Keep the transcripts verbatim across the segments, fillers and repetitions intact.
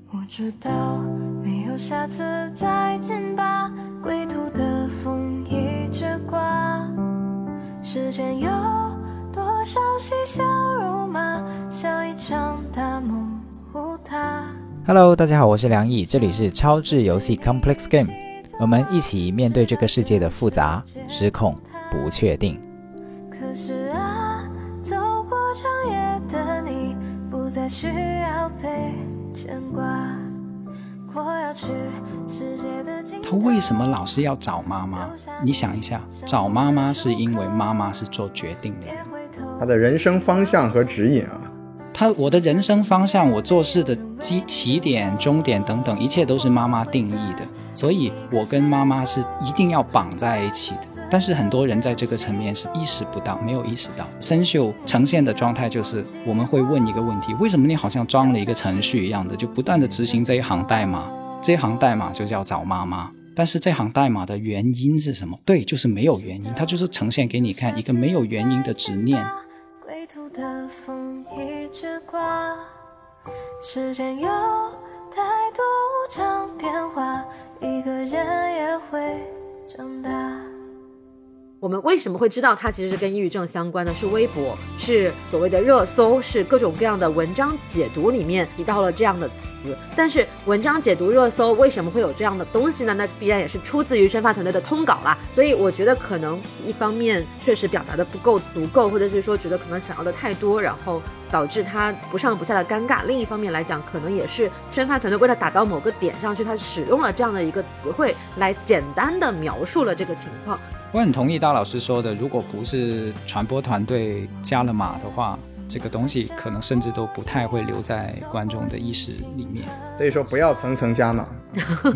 我知道没有下次再见吧，归途的风一直刮，世间有多少嬉笑怒骂，像一场大梦无他。 Hello， 大家好，我是梁毅，这里是超智游戏 Complex Game， 我们一起面对这个世界的复杂、失控、不确定。 可是啊，走过长夜的你，不再需要被牵挂。我要去世界的尽头。 他为什么老是要找妈妈？你想一下，找妈妈是因为妈妈是做决定的人， 他的人生方向和指引啊。 他我的人生方向，我做事的基起点、终点等等，一切都是妈妈定义的，所以我跟妈妈是一定要绑在一起的。但是很多人在这个层面是意识不到，没有意识到。生锈呈现的状态就是我们会问一个问题，为什么你好像装了一个程序一样的，就不断的执行这一行代码，这一行代码就叫找妈妈。但是这行代码的原因是什么？对，就是没有原因，它就是呈现给你看一个没有原因的执念。 归途的风一直刮，世间有太多无常变化，一个人也会长大。 我们为什么会知道它其实是跟抑郁症相关的？是微博，是所谓的热搜，是各种各样的文章解读里面提到了这样的词。但是文章解读热搜为什么会有这样的东西呢？那必然也是出自于宣发团队的通稿啦。所以我觉得可能一方面确实表达的不够足够，或者是说觉得可能想要的太多，然后导致他不上不下的尴尬。另一方面来讲，可能也是宣发团队为了打到某个点上去，他使用了这样的一个词汇来简单的描述了这个情况。 我很同意大老师说的，如果不是传播团队加了码的话，这个东西可能甚至都不太会留在观众的意识里面。 所以说不要层层加码。 褪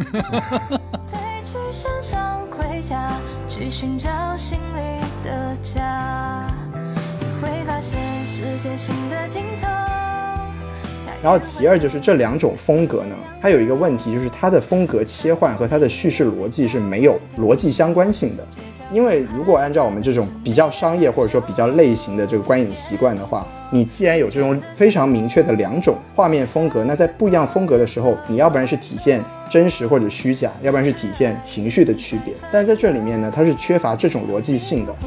去身上盔甲，去寻找心里的家，你会发现世界新的尽头。 然后其二就是这两种风格呢，它有一个问题，就是它的风格切换和它的叙事逻辑是没有逻辑相关性的。因为如果按照我们这种比较商业或者说比较类型的这个观影习惯的话，你既然有这种非常明确的两种画面风格，那在不一样风格的时候，你要不然是体现真实或者虚假，要不然是体现情绪的区别。但在这里面呢，它是缺乏这种逻辑性的。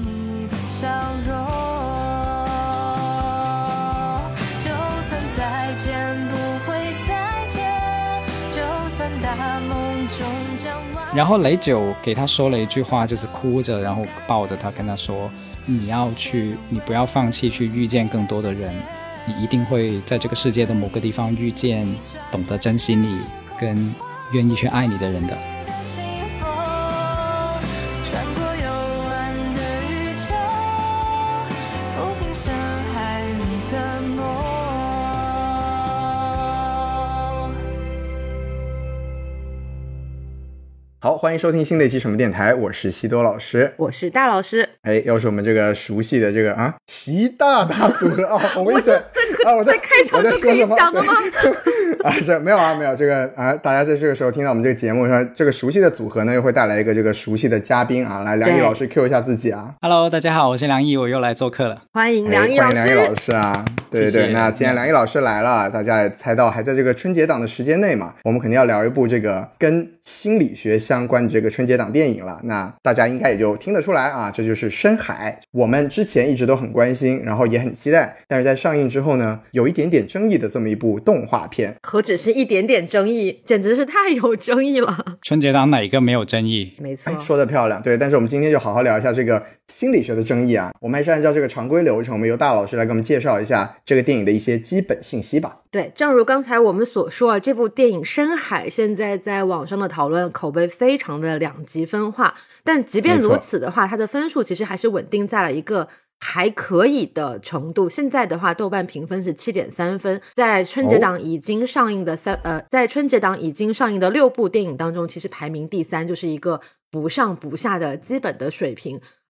然后雷九给他说了一句话，就是哭着然后抱着他跟他说，你要去，你不要放弃去遇见更多的人，你一定会在这个世界的某个地方遇见懂得珍惜你跟愿意去爱你的人的。 好，欢迎收听新的一期什么电台，我是西多老师， 我是大老师。 哎，又是我们这个熟悉的这个啊习大大组合啊，我们一起啊，我在开场就可以讲的吗？ 啊，这没有啊，没有这个啊，大家在这个时候听到我们这个节目上，这个熟悉的组合呢，又会带来一个这个熟悉的嘉宾啊，来，梁毅老师 Q 一下自己啊。 Hello， 大家好，我是梁毅，我又来做客了， 欢迎梁毅老师。 哎、欢迎梁毅老师啊，对对对，那既然梁毅老师来了，大家也猜到还在这个春节档的时间内嘛，我们肯定要聊一部这个跟心理学相关的这个春节档电影了。那大家应该也就听得出来啊，这就是深海。我们之前一直都很关心，然后也很期待，但是在上映之后呢，有一点点争议的这么一部动画片。 何止是一点点争议，简直是太有争议了。 春节档哪一个没有争议？ 没错， 说得漂亮。对，但是我们今天就好好聊一下这个心理学的争议啊。我们还是按照这个常规流程，我们由大老师来给我们介绍一下这个电影的一些基本信息吧。 对，正如刚才我们所说，这部电影《深海》现在在网上的讨论口碑非常的两极分化，但即便如此的话，它的分数其实还是稳定在了一个还可以的程度。现在的话，豆瓣评分是 七点三 分，在春节档已经上映的三、哦、呃，在春节档已经上映的六部电影当中，其实排名第三，就是一个不上不下的基本的水平。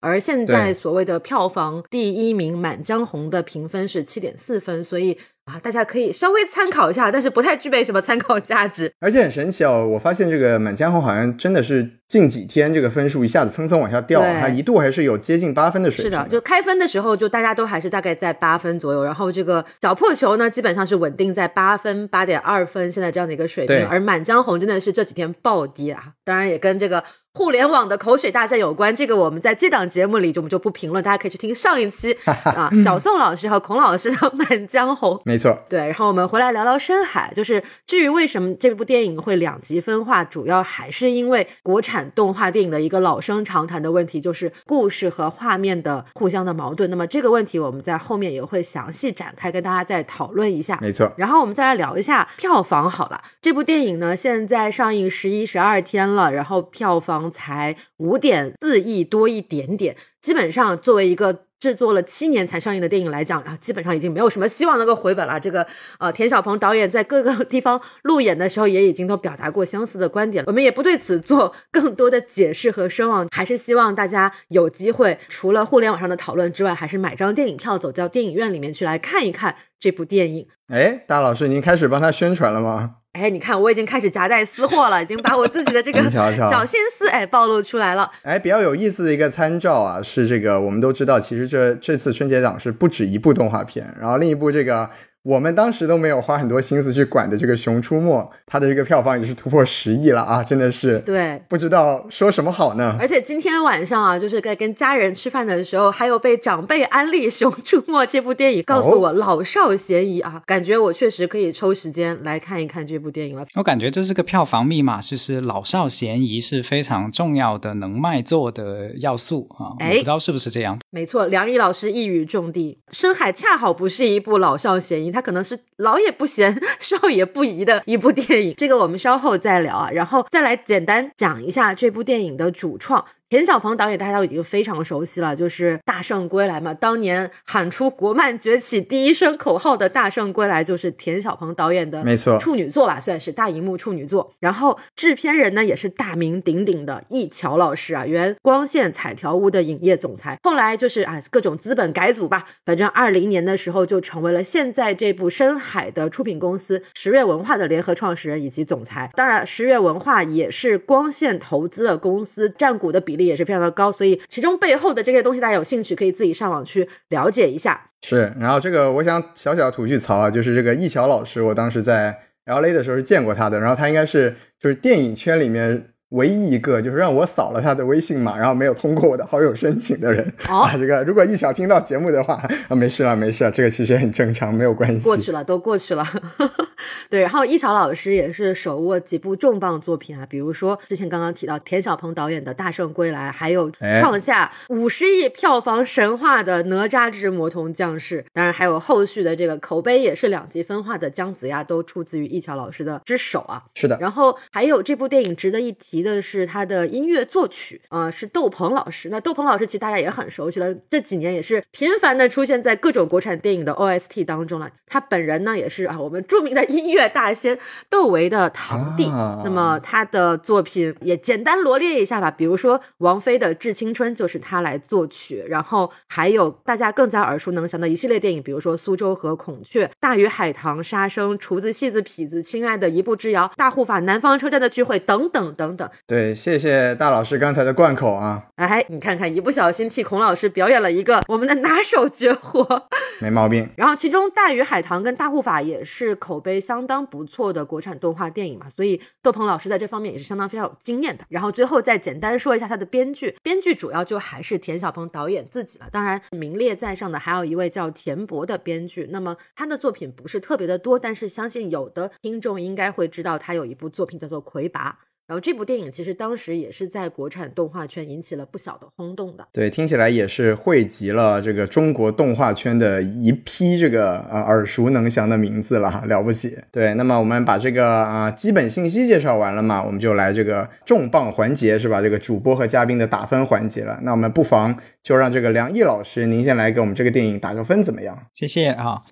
而现在所谓的票房第一名《满江红》的评分是 七点四 分，所以啊，大家可以稍微参考一下，但是不太具备什么参考价值。 而且很神奇哦，我发现这个《满江红》好像真的是近几天这个分数一下子蹭蹭往下掉，它一度还是有接近八分的水平。 是的，就开分的时候就大家都还是大概在八分左右，然后这个小破球呢基本上是稳定在八分 八点二 分现在这样的一个水平，而《满江红》真的是这几天暴跌啊，当然也跟这个互联网的口水大战有关，这个我们在这档节目里就我们就不评论，大家可以去听上一期啊，小宋老师和孔老师的《满江红》。 没错， 对，然后我们回来聊聊深海，就是至于为什么这部电影会两极分化，主要还是因为国产动画电影的一个老生常谈的问题，就是故事和画面的互相的矛盾。那么这个问题我们在后面也会详细展开跟大家再讨论一下。 没错， 然后我们再来聊一下票房好了。这部电影呢现在上映十一、十二天了，然后票房才 五点四亿多一点点，基本上作为一个制作了七年才上映的电影来讲啊，基本上已经没有什么希望能够回本了。这个呃，田小鹏导演在各个地方路演的时候也已经都表达过相似的观点，我们也不对此做更多的解释和声望，还是希望大家有机会除了互联网上的讨论之外，还是买张电影票走到电影院里面去来看一看这部电影。哎， 大老师您开始帮他宣传了吗？ 哎，你看我已经开始夹带私货了，已经把我自己的这个小心思哎暴露出来了。 哎，比较有意思的一个参照啊，是这个我们都知道，其实这这次春节档是不止一部动画片，然后另一部这个我们当时都没有花很多心思去管的这个《熊出没》，它的这个票房也是突破十亿了啊，真的是对， 不知道说什么好呢。 而且今天晚上啊，就是在跟家人吃饭的时候，还有被长辈安利《熊出没》这部电影，告诉我老少咸宜啊，感觉我确实可以抽时间来看一看这部电影了。 我感觉这是个票房密码，就是老少咸宜是非常重要的能卖座的要素啊。我不知道是不是这样。 没错，梁毅老师一语中的，深海恰好不是一部老少咸宜，它可能是老也不咸少也不宜的一部电影，这个我们稍后再聊啊。然后再来简单讲一下这部电影的主创田小鹏导演，大家都已经非常熟悉了，就是大圣归来嘛，当年喊出国漫崛起第一声口号的大圣归来就是田小鹏导演的没错处女作吧，算是大荧幕处女作。然后制片人呢也是大名鼎鼎的易桥老师啊，原光线彩条屋的影业总裁，后来就是啊各种资本改组吧，反正二零年的时候就成为了现在这部深海的出品公司十月文化的联合创始人以及总裁。当然十月文化也是光线投资的公司，占股的比例也是非常的高，所以其中背后的这些东西大家有兴趣可以自己上网去了解一下。 是，然后这个我想小小吐句槽啊，就是这个易桥老师，我当时在 L A 的时候是见过他的，然后他应该是就是电影圈里面唯一一个就是让我扫了他的微信码然后没有通过我的好友申请的人、哦、啊，这个如果易桥听到节目的话啊，没事了没事了，这个其实很正常，没有关系， 过去了都过去了对，然后易桥老师也是手握几部重磅作品啊，比如说之前刚刚提到田小鹏导演的大圣归来，还有创下五十亿票房神话的哪吒之魔童降世，当然还有后续的这个口碑也是两极分化的姜子牙，都出自于易桥老师的之手啊。 是的， 然后还有这部电影值得一提的是他的音乐作曲呃，是窦鹏老师。那窦鹏老师其实大家也很熟悉了，这几年也是频繁的出现在各种国产电影的 O S T 当中了。他本人呢也是啊我们著名的音乐大仙窦唯的堂弟、啊、那么他的作品也简单罗列一下吧，比如说王菲的致青春就是他来作曲，然后还有大家更加耳熟能详的一系列电影，比如说苏州河、孔雀、大鱼海棠、杀生、厨子、戏子、痞子、亲爱的、一步之遥、大护法、南方车站的聚会等等等等。 对，谢谢大老师刚才的贯口啊。 哎，你看看一不小心替孔老师表演了一个我们的拿手绝活， 没毛病。 然后其中大鱼海棠跟大护法也是口碑相当不错的国产动画电影嘛，所以窦鹏老师在这方面也是相当非常有经验的。然后最后再简单说一下他的编剧，编剧主要就还是田小鹏导演自己了，当然名列在上的还有一位叫田博的编剧，那么他的作品不是特别的多，但是相信有的听众应该会知道他有一部作品叫做魁拔，然后这部电影其实当时也是在国产动画圈引起了不小的轰动的。 对，听起来也是汇集了这个中国动画圈的一批这个呃耳熟能详的名字了，了不起。对，那么我们把这个啊、呃、基本信息介绍完了嘛，我们就来这个重磅环节是吧？这个主播和嘉宾的打分环节了。那我们不妨就让这个梁毅老师您先来给我们这个电影打个分怎么样？ 谢谢啊。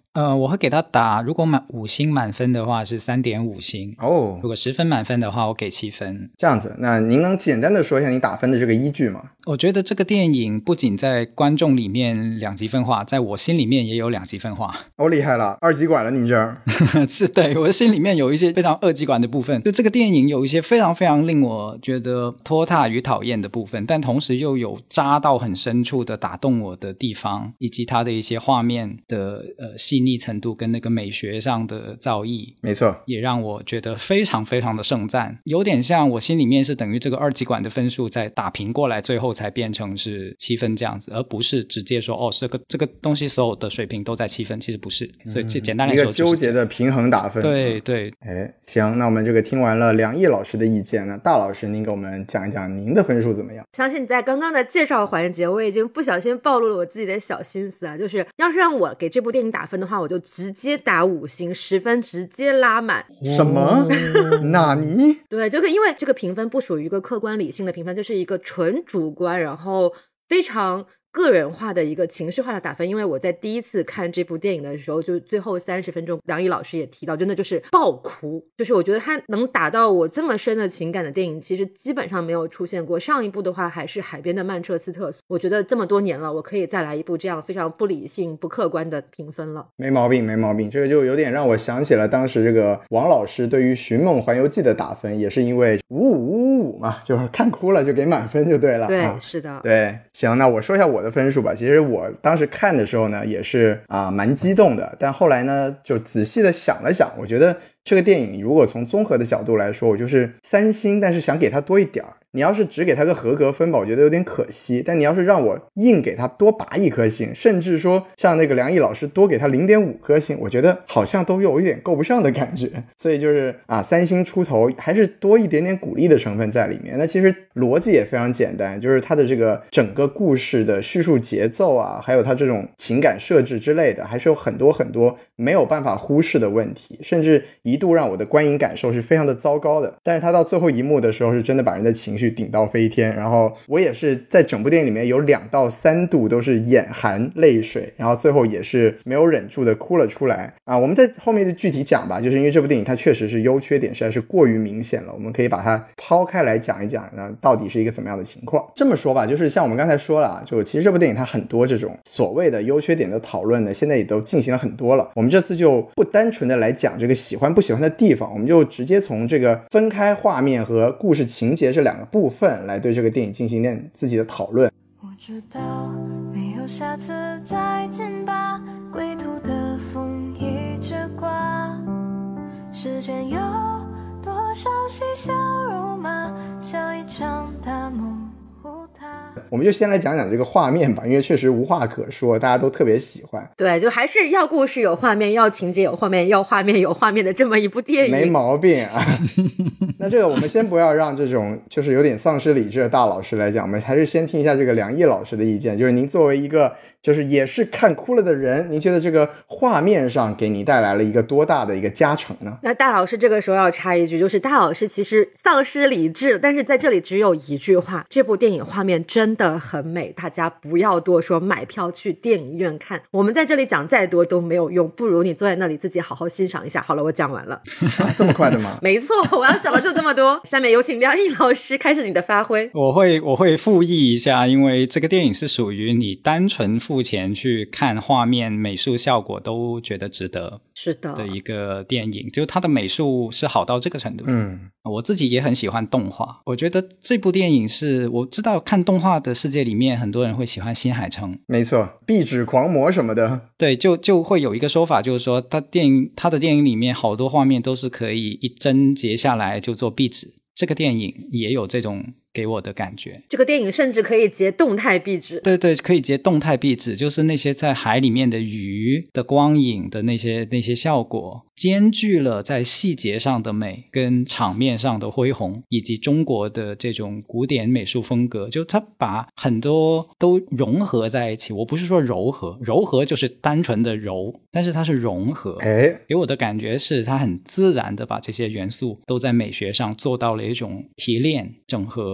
呃，我会给他打，如果满五星满分的话是 三点五 星哦， 如果十分满分的话我给七分。 这样子，那您能简单的说一下你打分的这个依据吗？ 我觉得这个电影不仅在观众里面两极分化，在我心里面也有两极分化。 哦，厉害了，二极管了你这儿。 是，对，我的心里面有一些非常二极管的部分，就这个电影有一些非常非常令我觉得拖沓与讨厌的部分，但同时又有扎到很深处的打动我的地方，以及它的一些画面的呃细腻程度跟那个美学上的造诣， 没错， 也让我觉得非常非常的盛赞，有点像我心里面是等于这个二极管的分数再打平过来，最后才变成是七分这样子，而不是直接说哦这个这个东西所有的水平都在七分，其实不是，所以简单来说、就是、 一个纠结的平衡打分。 对对， 哎，行，那我们这个听完了梁毅老师的意见，那大老师您给我们讲一讲您的分数怎么样？ 相信在刚刚的介绍环节我已经不小心暴露了我自己的小心思啊，就是要是让我给这部电影打分的话，我就直接打五星，十分直接拉满。 什么？纳尼？ 对，这个因为这个评分不属于一个客观理性的评分，就是一个纯主观，然后非常个人化的一个情绪化的打分。因为我在第一次看这部电影的时候，就最后三十分钟梁毅老师也提到，真的就是爆哭，就是我觉得他能打到我这么深的情感的电影其实基本上没有出现过，上一部的话还是海边的曼彻斯特，我觉得这么多年了我可以再来一部这样非常不理性不客观的评分了。 没毛病没毛病，这个就有点让我想起了当时这个王老师对于寻梦环游记的打分，也是因为五五五五嘛，就是看哭了就给满分就对了。 对、 啊、 是的。 对，行，那我说一下我的分数吧。其实我当时看的时候呢也是啊、呃、蛮激动的，但后来呢就仔细的想了想，我觉得这个电影如果从综合的角度来说，我就是三星，但是想给它多一点儿。你要是只给它个合格分吧，我觉得有点可惜，但你要是让我硬给它多拔一颗星，甚至说像那个梁毅老师多给它 零点五 颗星，我觉得好像都有一点够不上的感觉。所以就是啊，三星出头还是多一点点鼓励的成分在里面。那其实逻辑也非常简单，就是它的这个整个故事的叙述节奏啊，还有它这种情感设置之类的，还是有很多很多没有办法忽视的问题，甚至一度让我的观影感受是非常的糟糕的。但是它到最后一幕的时候是真的把人的情绪顶到飞天，然后我也是在整部电影里面有两到三度都是眼含泪水，然后最后也是没有忍住的哭了出来啊。我们在后面就具体讲吧，就是因为这部电影它确实是优缺点实在是过于明显了，我们可以把它抛开来讲一讲，然后到底是一个怎么样的情况。这么说吧，就是像我们刚才说了，就其实这部电影它很多这种所谓的优缺点的讨论呢，现在也都进行了很多了。我们这次就不单纯的来讲这个喜欢不喜欢的地方，我们就直接从这个分开画面和故事情节这两个部分来对这个电影进行点自己的讨论。 我知道没有下次再见吧，归途的风一直刮，时间有多少嬉笑怒骂，像一场大梦。 我们就先来讲讲这个画面吧，因为确实无话可说，大家都特别喜欢。 对，就还是要故事有画面，要情节有画面，要画面有画面的这么一部电影， 没毛病啊。那这个我们先不要让这种就是有点丧失理智的大老师来讲，我们还是先听一下这个梁毅老师的意见，就是您作为一个就是也是看哭了的人，您觉得这个画面上给你带来了一个多大的一个加成呢？ 那大老师这个时候要插一句，就是大老师其实丧失理智，但是在这里只有一句话，这部电影画面真的很美，大家不要多说，买票去电影院看。我们在这里讲再多都没有用，不如你坐在那里自己好好欣赏一下。好了，我讲完了。 啊、这么快的吗？ 没错，我要讲的就这么多。下面有请梁毅老师开始你的发挥。 我会我会复议一下，因为这个电影是属于你单纯付钱去看画面美术效果都觉得值得是的的一个电影，就它的美术是好到这个程度。 嗯， 我自己也很喜欢动画，我觉得这部电影是我知道看动画的世界里面很多人会喜欢新海诚， 没错，壁纸狂魔什么的。 对，就就会有一个说法，就是说他电影他的电影里面好多画面都是可以一帧截下来就做壁纸，这个电影也有这种给我的感觉。 这个电影甚至可以截动态壁纸。 对对，可以截动态壁纸，就是那些在海里面的鱼的光影的那些那些效果，兼具了在细节上的美跟场面上的恢宏，以及中国的这种古典美术风格，就它把很多都融合在一起。我不是说柔和，柔和就是单纯的柔，但是它是融合。 哎， 给我的感觉是它很自然的把这些元素都在美学上做到了一种提炼整合，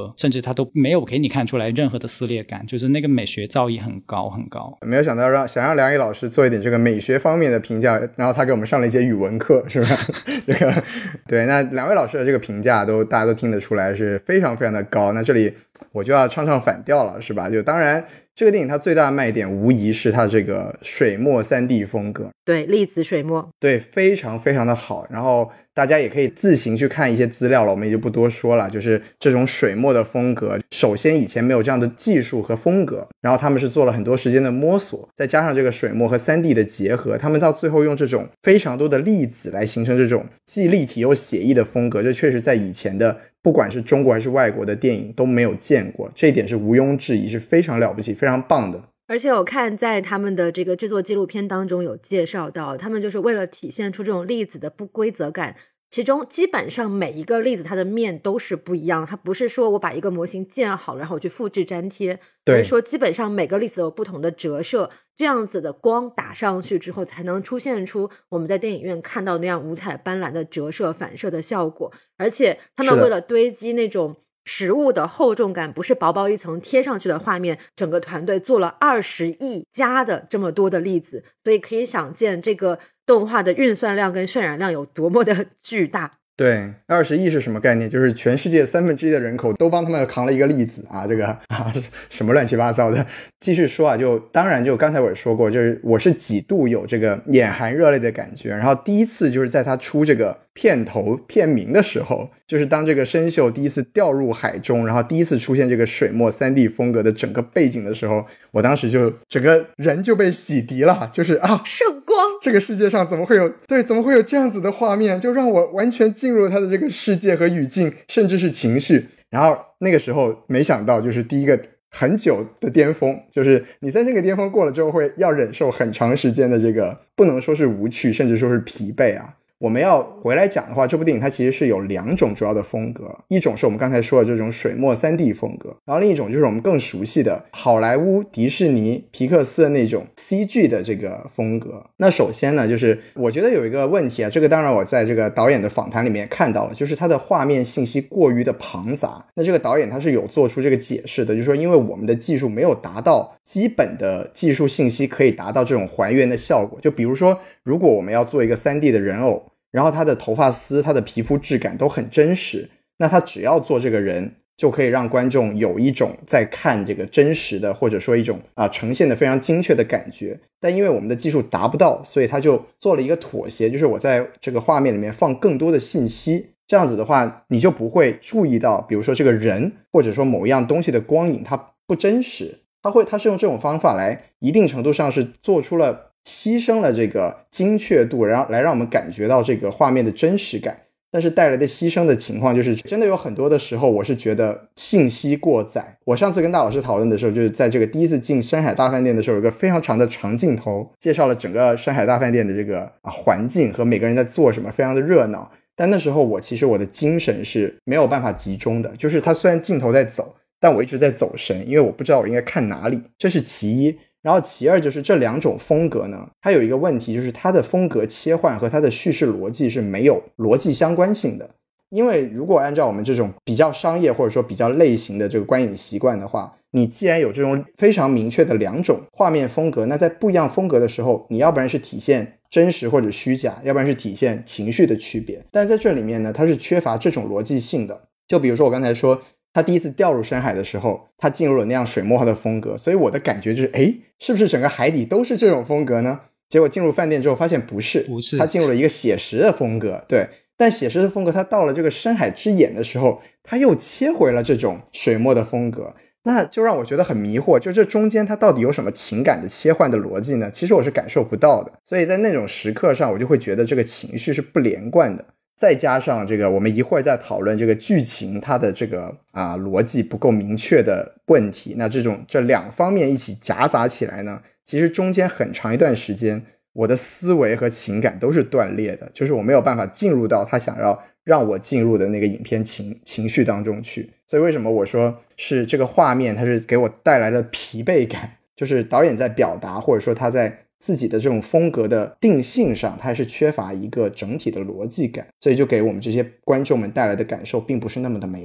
和，甚至它都没有给你看出来任何的撕裂感，就是那个美学造诣很高很高。 没有想到让想让梁毅老师做一点这个美学方面的评价，然后他给我们上了一节语文课，是吧？这个对，那两位老师的这个评价都大家都听得出来是非常非常的高。那这里我就要唱唱反调了，是吧？就当然这个电影它最大的卖点无疑是它这个水墨 三 D 风格， 对，粒子水墨， 对，非常非常的好。然后大家也可以自行去看一些资料了，我们也就不多说了。就是这种水墨的风格，首先以前没有这样的技术和风格，然后他们是做了很多时间的摸索，再加上这个水墨和 三 D 的结合，他们到最后用这种非常多的粒子来形成这种既立体又写意的风格，这确实在以前的不管是中国还是外国的电影都没有见过，这一点是毋庸置疑，是非常了不起非常棒的。 而且我看在他们的这个制作纪录片当中有介绍到，他们就是为了体现出这种粒子的不规则感，其中基本上每一个粒子它的面都是不一样，它不是说我把一个模型建好然后我去复制粘贴，而是说基本上每个粒子有不同的折射，这样子的光打上去之后才能出现出我们在电影院看到那样五彩斑斓的折射反射的效果。而且他们为了堆积那种实物的厚重感，不是薄薄一层贴上去的画面，整个团队做了二十亿加的这么多的粒子，所以可以想见这个动画的运算量跟渲染量有多么的巨大。 对，二十亿是什么概念？就是全世界三分之一的人口都帮他们扛了一个粒子啊！这个啊，什么乱七八糟的。继续说啊，就当然就刚才我也说过，就是我是几度有这个眼含热泪的感觉。然后第一次就是在他出这个片头片名的时候，就是当这个生锈第一次掉入海中，然后第一次出现这个水墨 三 D 风格的整个背景的时候，我当时就整个人就被洗涤了，就是啊， 圣光， 这个世界上怎么会有对怎么会有这样子的画面，就让我完全进入了他的这个世界和语境，甚至是情绪。然后那个时候没想到就是第一个很久的巅峰，就是你在那个巅峰过了之后会要忍受很长时间的这个不能说是无趣，甚至说是疲惫啊。我们要回来讲的话，这部电影它其实是有两种主要的风格，一种是我们刚才说的这种水墨 三 D 风格，然后另一种就是我们更熟悉的好莱坞、迪士尼、皮克斯的那种 C G 的这个风格。那首先呢，就是我觉得有一个问题啊，这个当然我在这个导演的访谈里面看到了，就是他的画面信息过于的庞杂。那这个导演他是有做出这个解释的，就是说因为我们的技术没有达到基本的技术信息可以达到这种还原的效果，就比如说如果我们要做一个 三 D 的人偶，然后他的头发丝、他的皮肤质感都很真实，那他只要做这个人就可以让观众有一种在看这个真实的，或者说一种啊呈现的非常精确的感觉。但因为我们的技术达不到，所以他就做了一个妥协，就是我在这个画面里面放更多的信息，这样子的话你就不会注意到比如说这个人或者说某一样东西的光影它不真实，他会他是用这种方法来一定程度上是做出了牺牲了这个精确度，然后来让我们感觉到这个画面的真实感。但是带来的牺牲的情况就是真的有很多的时候我是觉得信息过载。我上次跟大老师讨论的时候，就是在这个第一次进山海大饭店的时候，有一个非常长的长镜头介绍了整个山海大饭店的这个、啊、环境和每个人在做什么，非常的热闹。但那时候我其实我的精神是没有办法集中的，就是它虽然镜头在走，但我一直在走神，因为我不知道我应该看哪里，这是其一。然后其二就是这两种风格呢，它有一个问题，就是它的风格切换和它的叙事逻辑是没有逻辑相关性的。因为如果按照我们这种比较商业或者说比较类型的这个观影习惯的话，你既然有这种非常明确的两种画面风格，那在不一样风格的时候，你要不然是体现真实或者虚假，要不然是体现情绪的区别。但在这里面呢，它是缺乏这种逻辑性的。就比如说我刚才说他第一次掉入深海的时候，他进入了那样水墨画的风格，所以我的感觉就是诶，是不是整个海底都是这种风格呢？结果进入饭店之后发现不是， 不是， 他进入了一个写实的风格。对，但写实的风格他到了这个深海之眼的时候，他又切回了这种水墨的风格，那就让我觉得很迷惑，就这中间它到底有什么情感的切换的逻辑呢？其实我是感受不到的，所以在那种时刻上我就会觉得这个情绪是不连贯的。再加上这个我们一会儿再讨论这个剧情它的这个啊逻辑不够明确的问题，那这种这两方面一起夹杂起来呢，其实中间很长一段时间我的思维和情感都是断裂的，就是我没有办法进入到他想要让我进入的那个影片情情绪当中去。所以为什么我说是这个画面它是给我带来了疲惫感，就是导演在表达或者说他在自己的这种风格的定性上，它还是缺乏一个整体的逻辑感，所以就给我们这些观众们带来的感受并不是那么的美好。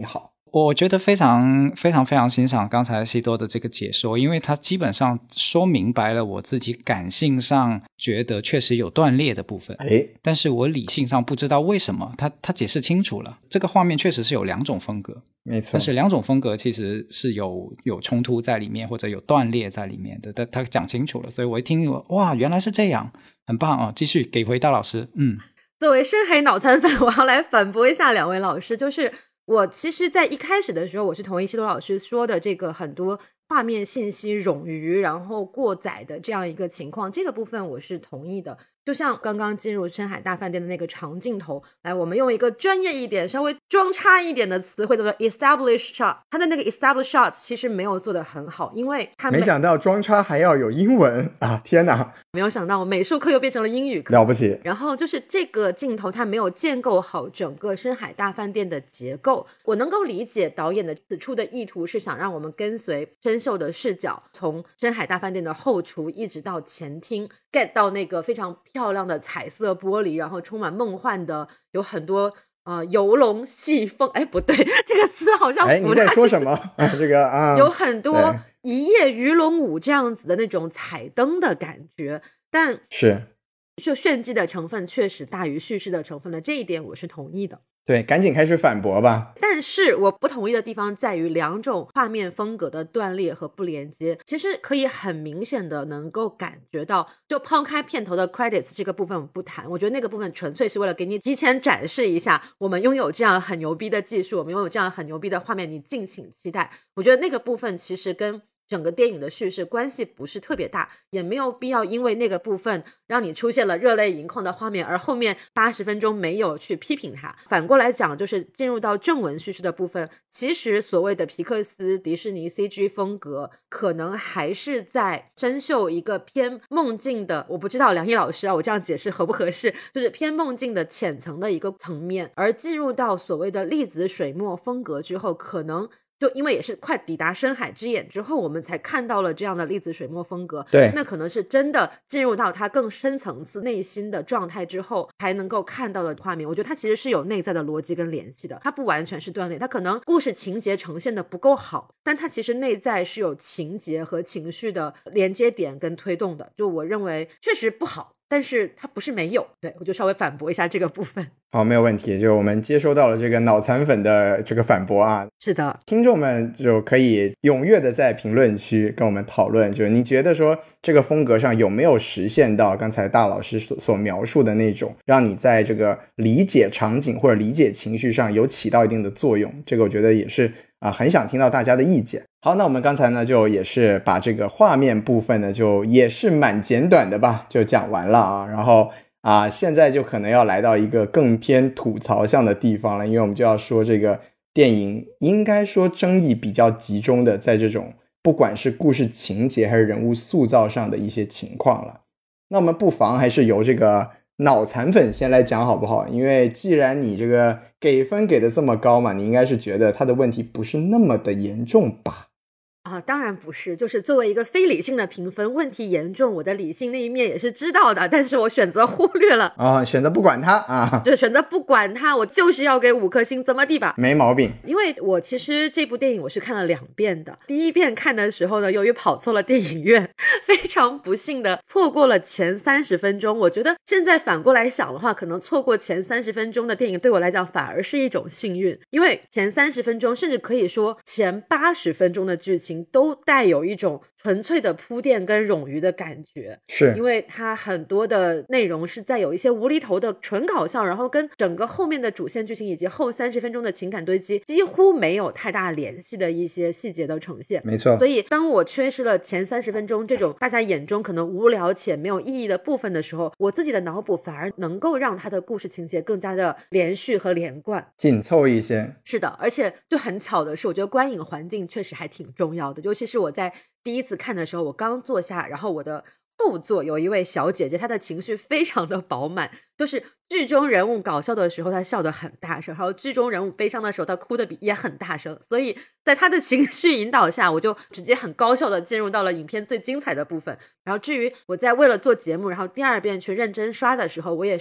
我觉得非常非常非常欣赏刚才西多的这个解说，因为他基本上说明白了我自己感性上觉得确实有断裂的部分， 哎， 但是我理性上不知道为什么，他他解释清楚了，这个画面确实是有两种风格， 没错， 但是两种风格其实是有有冲突在里面或者有断裂在里面的，但他讲清楚了，所以我一听哇原来是这样，很棒哦，继续给回大老师。嗯， 作为深海脑残粉，我要来反驳一下两位老师，就是我其实在一开始的时候我是同意西多老师说的这个很多画面信息冗余然后过载的这样一个情况，这个部分我是同意的。就像刚刚进入深海大饭店的那个长镜头，来我们用一个专业一点稍微装叉一点的词汇叫做 establish shot， 它的那个 establish shot 其实没有做得很好，因为它没, 没想到装叉还要有英文啊，天哪， 没有想到我美术课又变成了英语课， 了不起。 然后就是这个镜头它没有建构好整个深海大饭店的结构，我能够理解导演的此处的意图是想让我们跟随深秀的视角，从深海大饭店的后厨一直到前厅 get 到那个非常漂亮的彩色玻璃，然后充满梦幻的有很多呃游龙戏凤，哎不对，这个词好像不太， 哎你在说什么这个啊， 有很多一夜鱼龙舞这样子的那种彩灯的感觉，但是就炫技的成分确实大于叙事的成分的，这一点我是同意的。 对，赶紧开始反驳吧。 但是我不同意的地方在于两种画面风格的断裂和不连接，其实可以很明显的能够感觉到，就抛开片头的 credits 这个部分我不谈，我觉得那个部分纯粹是为了给你提前展示一下我们拥有这样很牛逼的技术，我们拥有这样很牛逼的画面，你敬请期待。我觉得那个部分其实跟整个电影的叙事关系不是特别大，也没有必要因为那个部分让你出现了热泪盈眶的画面，而后面八十分钟没有去批评它。反过来讲，就是进入到正文叙事的部分，其实所谓的皮克斯迪士尼 C G 风格可能还是在深秀一个偏梦境的，我不知道梁毅老师啊，我这样解释合不合适，就是偏梦境的浅层的一个层面，而进入到所谓的粒子水墨风格之后，可能就因为也是快抵达深海之眼之后，我们才看到了这样的粒子水墨风格。 对， 那可能是真的进入到它更深层次内心的状态之后才能够看到的画面。我觉得它其实是有内在的逻辑跟联系的，它不完全是断裂，它可能故事情节呈现的不够好，但它其实内在是有情节和情绪的连接点跟推动的。就我认为确实不好，但是它不是没有，对，我就稍微反驳一下这个部分。 好，没有问题，就我们接收到了这个脑残粉的这个反驳啊。 是的， 听众们就可以踊跃的在评论区跟我们讨论，就是你觉得说这个风格上有没有实现到刚才大老师所所描述的那种让你在这个理解场景或者理解情绪上有起到一定的作用，这个我觉得也是啊、呃，很想听到大家的意见。好，那我们刚才呢就也是把这个画面部分呢就也是蛮简短的吧就讲完了啊，然后啊现在就可能要来到一个更偏吐槽向的地方了，因为我们就要说这个电影应该说争议比较集中的在这种不管是故事情节还是人物塑造上的一些情况了。那我们不妨还是由这个脑残粉先来讲好不好，因为既然你这个给分给的这么高嘛，你应该是觉得他的问题不是那么的严重吧？ 啊，当然不是，就是作为一个非理性的评分，问题严重，我的理性那一面也是知道的，但是我选择忽略了啊，选择不管它啊， 就选择不管它，我就是要给五颗星，怎么地吧？ 没毛病。 因为我其实这部电影我是看了两遍的，第一遍看的时候呢，由于跑错了电影院，非常不幸的错过了前三十分钟。我觉得现在反过来想的话，可能错过前三十分钟的电影对我来讲反而是一种幸运，因为前三十分钟甚至可以说前八十分钟的剧情都带有一种纯粹的铺垫跟冗余的感觉， 是因为它很多的内容是在有一些无厘头的纯搞笑，然后跟整个后面的主线剧情以及后三十分钟的情感堆积几乎没有太大联系的一些细节的呈现。 没错， 所以当我缺失了前三十分钟这种大家眼中可能无聊且没有意义的部分的时候，我自己的脑补反而能够让它的故事情节更加的连续和连贯， 紧凑一些。 是的，而且就很巧的是，我觉得观影环境确实还挺重要的，尤其是我在第一次看的时候，我刚坐下，然后我的后座有一位小姐姐，她的情绪非常的饱满，就是剧中人物搞笑的时候她笑得很大声，然后剧中人物悲伤的时候她哭得比也很大声，所以在她的情绪引导下，我就直接很高效的进入到了影片最精彩的部分。然后至于我在为了做节目然后第二遍去认真刷的时候，我也是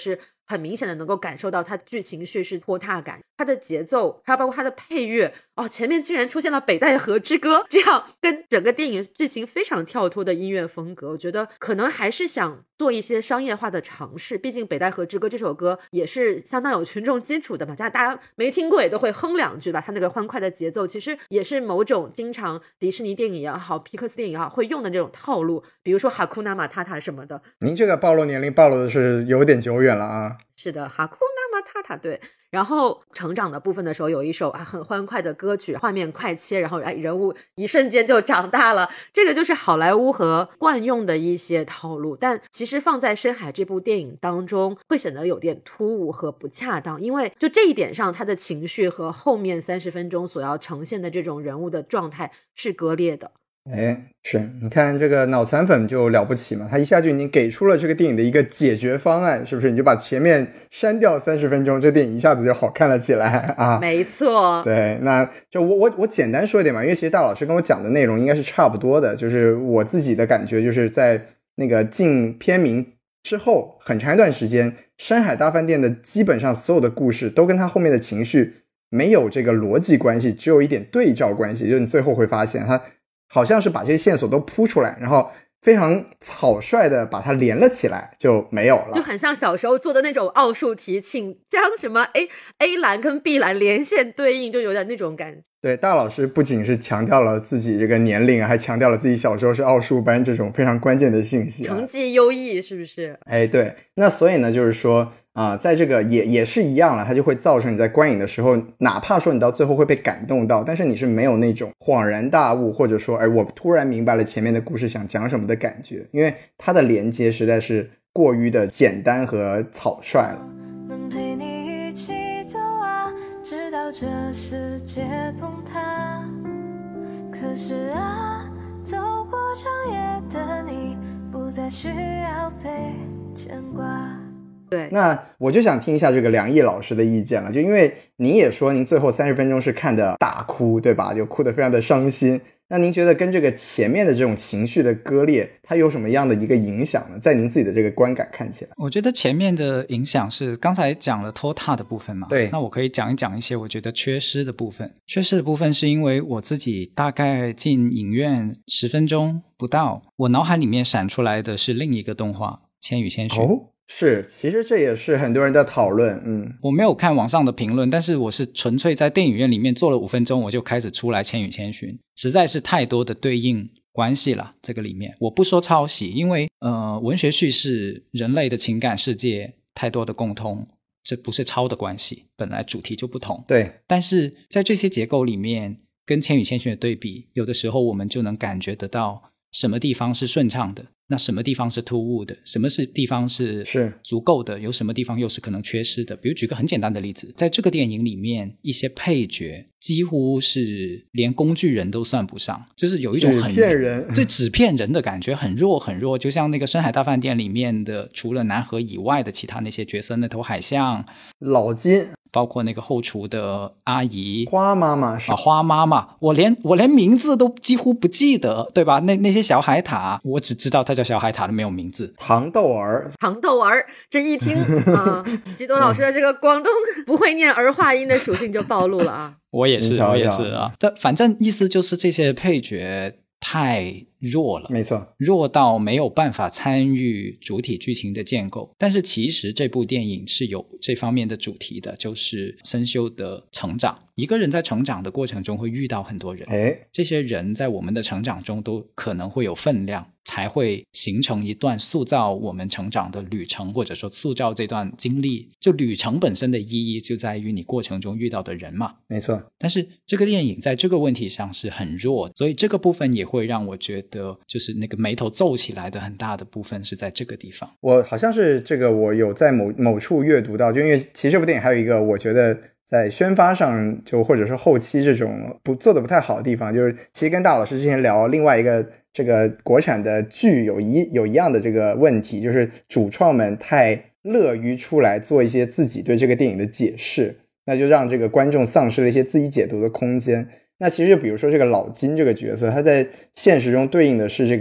很明显的能够感受到它剧情叙事拖沓感，它的节奏还有包括它的配乐哦，前面竟然出现了北戴河之歌这样跟整个电影剧情非常跳脱的音乐风格，我觉得可能还是想做一些商业化的尝试，毕竟北戴河之歌这首歌也是相当有群众基础的嘛，大家没听过也都会哼两句吧，它那个欢快的节奏其实也是某种经常迪士尼电影也好皮克斯电影也好会用的这种套路，比如说哈库纳马塔塔什么的。 您这个暴露年龄暴露的是有点久远了啊。 是的，哈库纳马塔塔，对。然后成长的部分的时候有一首啊很欢快的歌曲，画面快切，然后哎人物一瞬间就长大了，这个就是好莱坞和惯用的一些套路，但其实放在深海这部电影当中会显得有点突兀和不恰当，因为就这一点上他的情绪和后面三十分钟所要呈现的这种人物的状态是割裂的。 哎，是你看这个脑残粉就了不起嘛，他一下就已经给出了这个电影的一个解决方案，是不是？你就把前面删掉三十分钟，这电影一下子就好看了起来啊！ 没错， 对，那就我我我简单说一点嘛，因为其实大老师跟我讲的内容应该是差不多的，就是我自己的感觉就是在那个进片名之后很长一段时间，山海大饭店的基本上所有的故事都跟他后面的情绪没有这个逻辑关系，只有一点对照关系，就是你最后会发现他好像是把这些线索都铺出来，然后非常草率的把它连了起来，就没有了， 就很像小时候做的那种奥数题，请将什么 A A 栏跟 B 栏连线对应，就有点那种感觉。 对，大老师不仅是强调了自己这个年龄，还强调了自己小时候是奥数班这种非常关键的信息、啊、 成绩优异是不是？ 哎，对，那所以呢就是说啊、呃，在这个也也是一样了，它就会造成你在观影的时候，哪怕说你到最后会被感动到，但是你是没有那种恍然大悟，或者说哎我突然明白了前面的故事想讲什么的感觉，因为它的连接实在是过于的简单和草率了。 能陪你一起走啊，直到这世界崩塌。可是啊，走过长夜的你，不再需要被牵挂。 对， 那我就想听一下这个梁毅老师的意见了，就因为您也说您最后三十分钟是看的大哭，对吧？就哭得非常的伤心。那您觉得跟这个前面的这种情绪的割裂，它有什么样的一个影响呢？在您自己的这个观感看起来， 我觉得前面的影响是刚才讲了拖沓的部分嘛， 对， 那我可以讲一讲一些我觉得缺失的部分。缺失的部分是因为我自己大概进影院十分钟不到，我脑海里面闪出来的是另一个动画《千与千寻》。 哦，是，其实这也是很多人在讨论。嗯， 我没有看网上的评论，但是我是纯粹在电影院里面坐了五分钟，我就开始出来《千与千寻》，实在是太多的对应关系了。这个里面我不说抄袭，因为呃，文学叙事人类的情感世界太多的共通，这不是抄的关系，本来主题就不同。 对， 但是在这些结构里面，跟《千与千寻》的对比，有的时候我们就能感觉得到什么地方是顺畅的，那什么地方是突兀的，什么是地方是是足够的，有什么地方又是可能缺失的。比如举个很简单的例子，在这个电影里面，一些配角几乎是连工具人都算不上，就是有一种很纸片人， 对，纸片人的感觉，很弱很弱，就像那个深海大饭店里面的除了南河以外的其他那些角色，那头海象、 老金， 包括那个后厨的阿姨花妈妈是啊，花妈妈，我连我连名字都几乎不记得，对吧？那那些小海獭，我只知道它叫小海獭的，没有名字。 糖豆儿， 糖豆儿，这一听啊，基多老师的这个广东不会念儿化音的属性就暴露了啊。 我也是，我你瞧瞧也是啊。但反正意思就是这些配角太弱了， 没错， 弱到没有办法参与主体剧情的建构。但是其实这部电影是有这方面的主题的，就是深修的成长。一个人在成长的过程中会遇到很多人， 哎， 这些人在我们的成长中都可能会有分量，才会形成一段塑造我们成长的旅程，或者说塑造这段经历。就旅程本身的意义就在于你过程中遇到的人嘛。 没错。 但是这个电影在这个问题上是很弱，所以这个部分也会让我觉得就是那个眉头皱起来的很大的部分是在这个地方。 我好像是这个我有在某某处阅读到，就因为其实这部电影还有一个我觉得在宣发上就或者是后期这种不做的不太好的地方，就是其实跟大老师之前聊另外一个这个国产的剧有一有一样的这个问题，就是主创们太乐于出来做一些自己对这个电影的解释，那就让这个观众丧失了一些自己解读的空间。那其实就比如说这个老金这个角色，他在现实中对应的是这个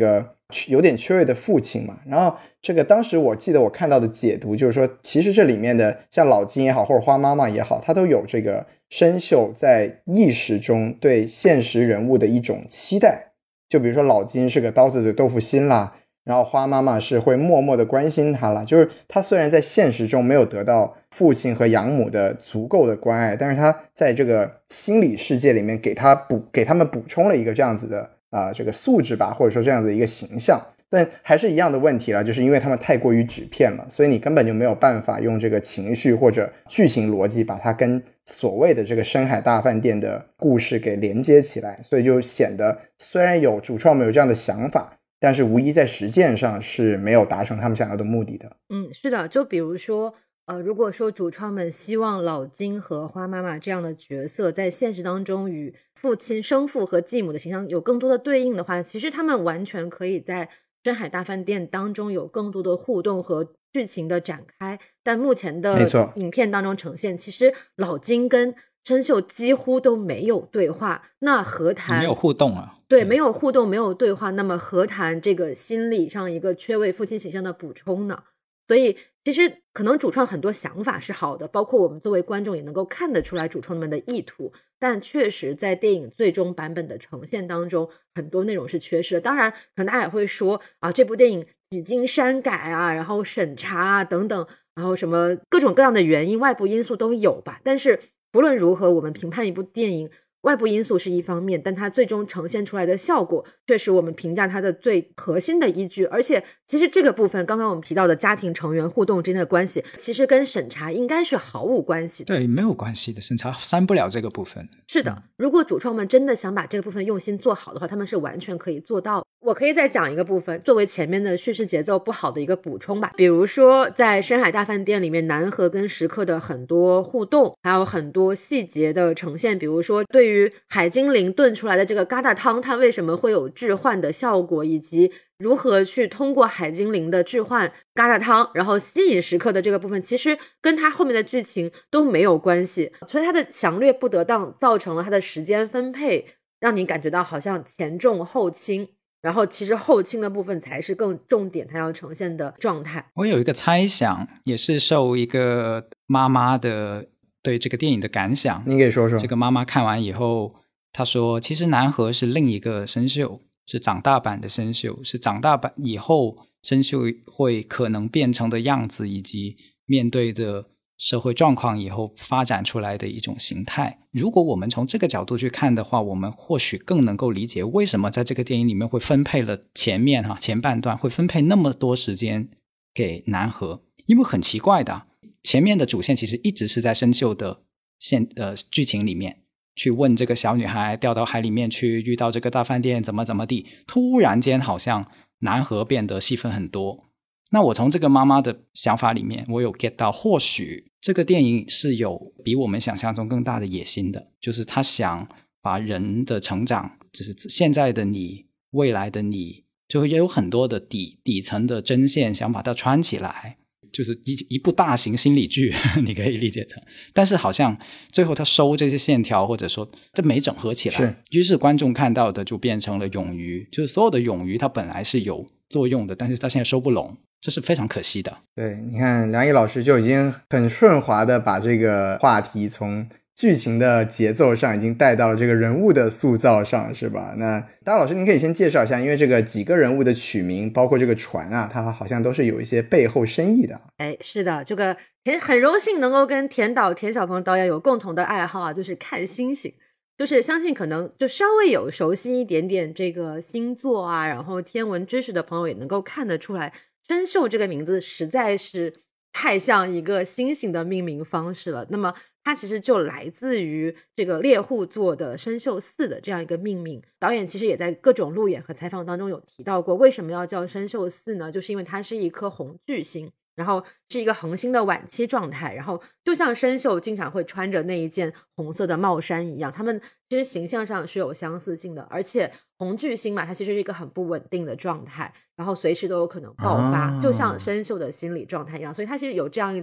有点缺位的父亲嘛。然后这个当时我记得我看到的解读就是说，其实这里面的像老金也好，或者花妈妈也好，他都有这个生锈在意识中对现实人物的一种期待。就比如说老金是个刀子嘴豆腐心啦，然后花妈妈是会默默的关心他啦，就是他虽然在现实中没有得到父亲和养母的足够的关爱，但是他在这个心理世界里面给他补给他们补充了一个这样子的啊、呃、这个素质吧，或者说这样的一个形象。但还是一样的问题了，就是因为他们太过于纸片了，所以你根本就没有办法用这个情绪或者剧情逻辑把它跟所谓的这个深海大饭店的故事给连接起来，所以就显得虽然有主创们有这样的想法，但是无疑在实践上是没有达成他们想要的目的的。 嗯，是的，就比如说呃，如果说主创们希望老金和花妈妈这样的角色在现实当中与父亲生父和继母的形象有更多的对应的话，其实他们完全可以在深海大饭店当中有更多的互动和剧情的展开，但目前的影片当中呈现，其实老金跟生锈几乎都没有对话，那何谈没有互动啊？ 对，没有互动，没有对话，那么何谈这个心理上一个缺位父亲形象的补充呢？所以其实可能主创很多想法是好的，包括我们作为观众也能够看得出来主创们的意图，但确实在电影最终版本的呈现当中，很多内容是缺失的。当然可能大家也会说啊，这部电影几经删改啊，然后审查啊等等，然后什么各种各样的原因，外部因素都有吧。但是不论如何，我们评判一部电影，外部因素是一方面，但它最终呈现出来的效果却是我们评价它的最核心的依据。而且其实这个部分刚刚我们提到的家庭成员互动之间的关系，其实跟审查应该是毫无关系的。 对，没有关系的，审查删不了这个部分。 是的，如果主创们真的想把这个部分用心做好的话，他们是完全可以做到。我可以再讲一个部分作为前面的叙事节奏不好的一个补充吧，比如说在深海大饭店里面南河跟时刻的很多互动，还有很多细节的呈现，比如说对于海精灵炖出来的这个疙瘩汤它为什么会有置换的效果，以及如何去通过海精灵的置换疙瘩汤然后吸引时刻的这个部分，其实跟它后面的剧情都没有关系，所以它的详略不得当造成了它的时间分配让你感觉到好像前重后轻，然后其实后轻的部分才是更重点它要呈现的状态。 我有一个猜想，也是受一个妈妈的对这个电影的感想， 你给说说。 这个妈妈看完以后她说，其实南河是另一个生锈，是长大版的生锈，是长大版以后生锈会可能变成的样子，以及面对的社会状况以后发展出来的一种形态。如果我们从这个角度去看的话，我们或许更能够理解为什么在这个电影里面会分配了前面哈前半段会分配那么多时间给南河，因为很奇怪的，前面的主线其实一直是在生锈的线呃剧情里面去问这个小女孩掉到海里面去遇到这个大饭店怎么怎么地，突然间好像南河变得戏份很多。那我从这个妈妈的想法里面我有 get 到，或许这个电影是有比我们想象中更大的野心的，就是他想把人的成长，就是现在的你未来的你，就也有很多的底底层的针线想把它穿起来，就是一一部大型心理剧你可以理解成，但是好像最后他收这些线条或者说这没整合起来， 是于是观众看到的就变成了冗余，就是所有的冗余它本来是有作用的，但是它现在收不拢，这是非常可惜的。 对，你看梁毅老师就已经很顺滑的把这个话题从剧情的节奏上已经带到了这个人物的塑造上，是吧？那大老师您可以先介绍一下，因为这个几个人物的取名包括这个船啊，它好像都是有一些背后深意的。 哎，是的，这个很荣幸能够跟田导田小鹏导演有共同的爱好啊，就是看星星。就是相信可能就稍微有熟悉一点点这个星座啊，然后天文知识的朋友也能够看得出来，生锈这个名字实在是太像一个星星的命名方式了。那么它其实就来自于这个猎户座的生锈四的这样一个命名。导演其实也在各种路演和采访当中有提到过，为什么要叫生锈四呢？就是因为它是一颗红巨星，然后是一个恒星的晚期状态，然后就像生锈经常会穿着那一件红色的帽衫一样，他们其实形象上是有相似性的。而且红巨星嘛，它其实是一个很不稳定的状态，然后随时都有可能爆发、啊、就像生锈的心理状态一样，所以它其实有这样一层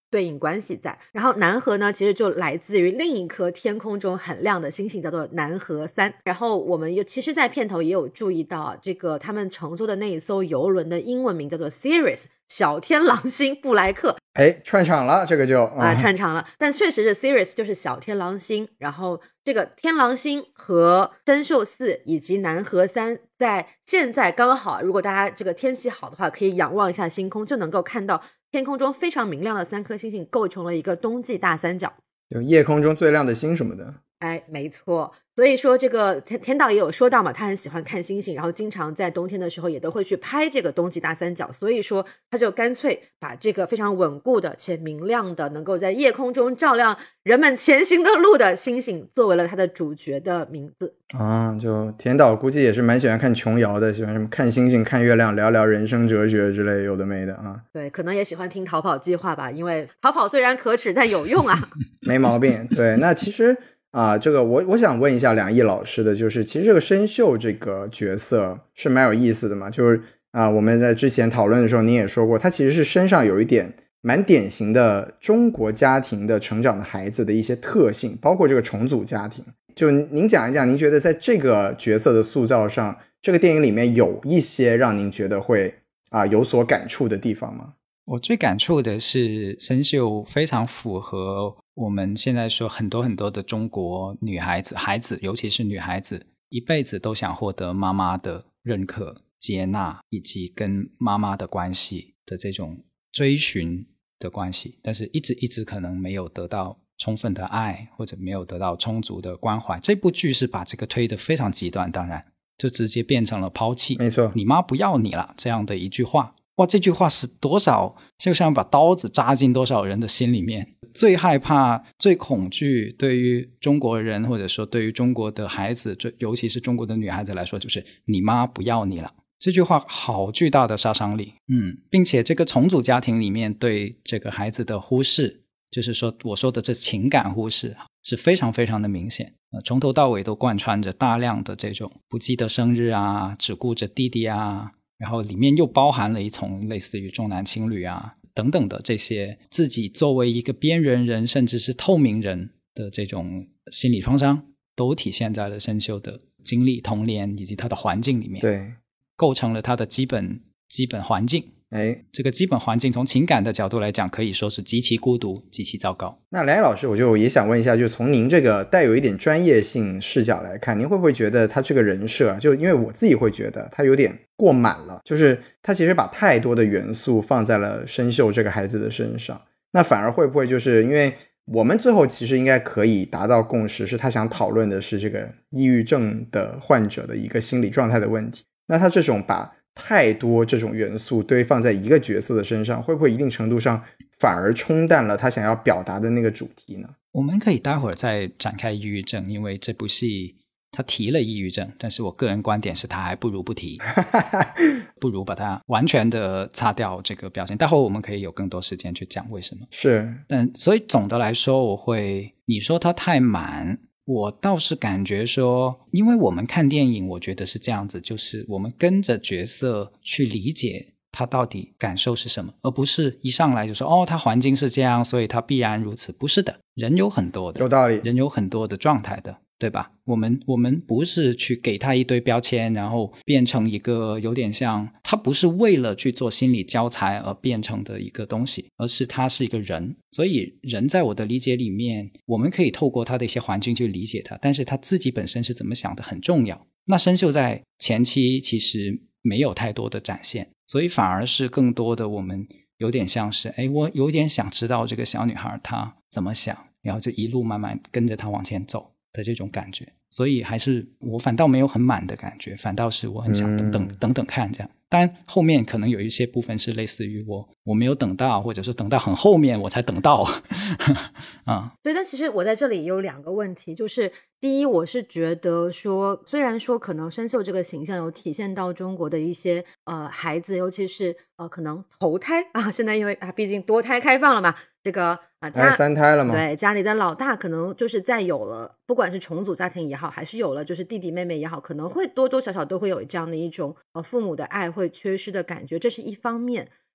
对应关系在。然后南河呢，其实就来自于另一颗天空中很亮的星星，叫做南河三。然后我们又其实在片头也有注意到啊，这个他们乘坐的那一艘游轮的英文名叫做 Sirius 小天狼星布莱克。 哎，串场了，这个就啊，串场了。但确实是 Sirius 就是小天狼星，然后这个天狼星和参宿四以及南河三在现在刚好，如果大家这个天气好的话，可以仰望一下星空，就能够看到天空中非常明亮的三颗星星构成了一个冬季大三角， 就夜空中最亮的星什么的。 哎，没错。所以说这个田田导也有说到嘛，他很喜欢看星星，然后经常在冬天的时候也都会去拍这个冬季大三角，所以说他就干脆把这个非常稳固的且明亮的能够在夜空中照亮人们前行的路的星星作为了他的主角的名字啊。就田导估计也是蛮喜欢看琼瑶的，喜欢什么看星星看月亮聊聊人生哲学之类有的没的啊。 对，可能也喜欢听逃跑计划吧，因为逃跑虽然可耻但有用啊。 没毛病。对，那其实啊，这个我我想问一下梁毅老师的，就是其实这个申秀这个角色是蛮有意思的嘛，就是啊，我们在之前讨论的时候您也说过，他其实是身上有一点蛮典型的中国家庭的成长的孩子的一些特性，包括这个重组家庭。就您讲一讲，您觉得在这个角色的塑造上，这个电影里面有一些让您觉得会啊有所感触的地方吗？ 我最感触的是申秀非常符合我们现在说很多很多的中国女孩子孩子尤其是女孩子一辈子都想获得妈妈的认可接纳以及跟妈妈的关系的这种追寻的关系，但是一直一直可能没有得到充分的爱或者没有得到充足的关怀。这部剧是把这个推得非常极端，当然就直接变成了抛弃， 没错， 你妈不要你了这样的一句话。哇，这句话是多少，就像把刀子扎进多少人的心里面。最害怕最恐惧对于中国人或者说对于中国的孩子，尤其是中国的女孩子来说，就是你妈不要你了，这句话好巨大的杀伤力。嗯，并且这个重组家庭里面对这个孩子的忽视，就是说我说的这情感忽视是非常非常的明显，呃，从头到尾都贯穿着大量的这种不记得生日啊，只顾着弟弟啊，然后里面又包含了一层类似于重男轻女啊等等的这些自己作为一个边缘人甚至是透明人的这种心理创伤，都体现在了申秀的经历童年以及他的环境里面， 对， 构成了他的基本基本环境。 哎， 这个基本环境从情感的角度来讲可以说是极其孤独极其糟糕。 那梁毅老师我就也想问一下，就从您这个带有一点专业性视角来看，您会不会觉得他这个人设啊，就因为我自己会觉得他有点过满了，就是他其实把太多的元素放在了申秀这个孩子的身上，那反而会不会就是因为我们最后其实应该可以达到共识，是他想讨论的是这个抑郁症的患者的一个心理状态的问题，那他这种把太多这种元素堆放在一个角色的身上，会不会一定程度上反而冲淡了他想要表达的那个主题呢？ 我们可以待会儿再展开抑郁症，因为这部戏他提了抑郁症，但是我个人观点是他还不如不提不如把它完全的擦掉这个标签，待会儿我们可以有更多时间去讲为什么。 是， 但所以总的来说，我会你说他太满，我倒是感觉说，因为我们看电影我觉得是这样子，就是我们跟着角色去理解他到底感受是什么，而不是一上来就说哦，他环境是这样所以他必然如此。不是的，人有很多的， 有道理， 人有很多的状态的，对吧？我们我们不是去给他一堆标签，然后变成一个有点像，他不是为了去做心理教材而变成的一个东西，而是他是一个人。所以人在我的理解里面，我们可以透过他的一些环境去理解他，但是他自己本身是怎么想的很重要。那申秀在前期其实没有太多的展现，所以反而是更多的我们有点像是，诶，我有点想知道这个小女孩她怎么想，然后就一路慢慢跟着她往前走的这种感觉。所以还是我反倒没有很满的感觉，反倒是我很想等等、嗯、等等看这样。当然后面可能有一些部分是类似于我我没有等到，或者是等到很后面我才等到啊。 对，但其实我在这里有两个问题，就是第一，我是觉得说，虽然说可能申秀这个形象有体现到中国的一些呃孩子，尤其是呃可能头胎啊，现在因为啊毕竟多胎开放了嘛，这个啊家三胎了嘛， 对，家里的老大可能就是在有了，不管是重组家庭也好，还是有了就是弟弟妹妹也好，可能会多多少少都会有这样的一种呃父母的爱会缺失的感觉，这是一方面。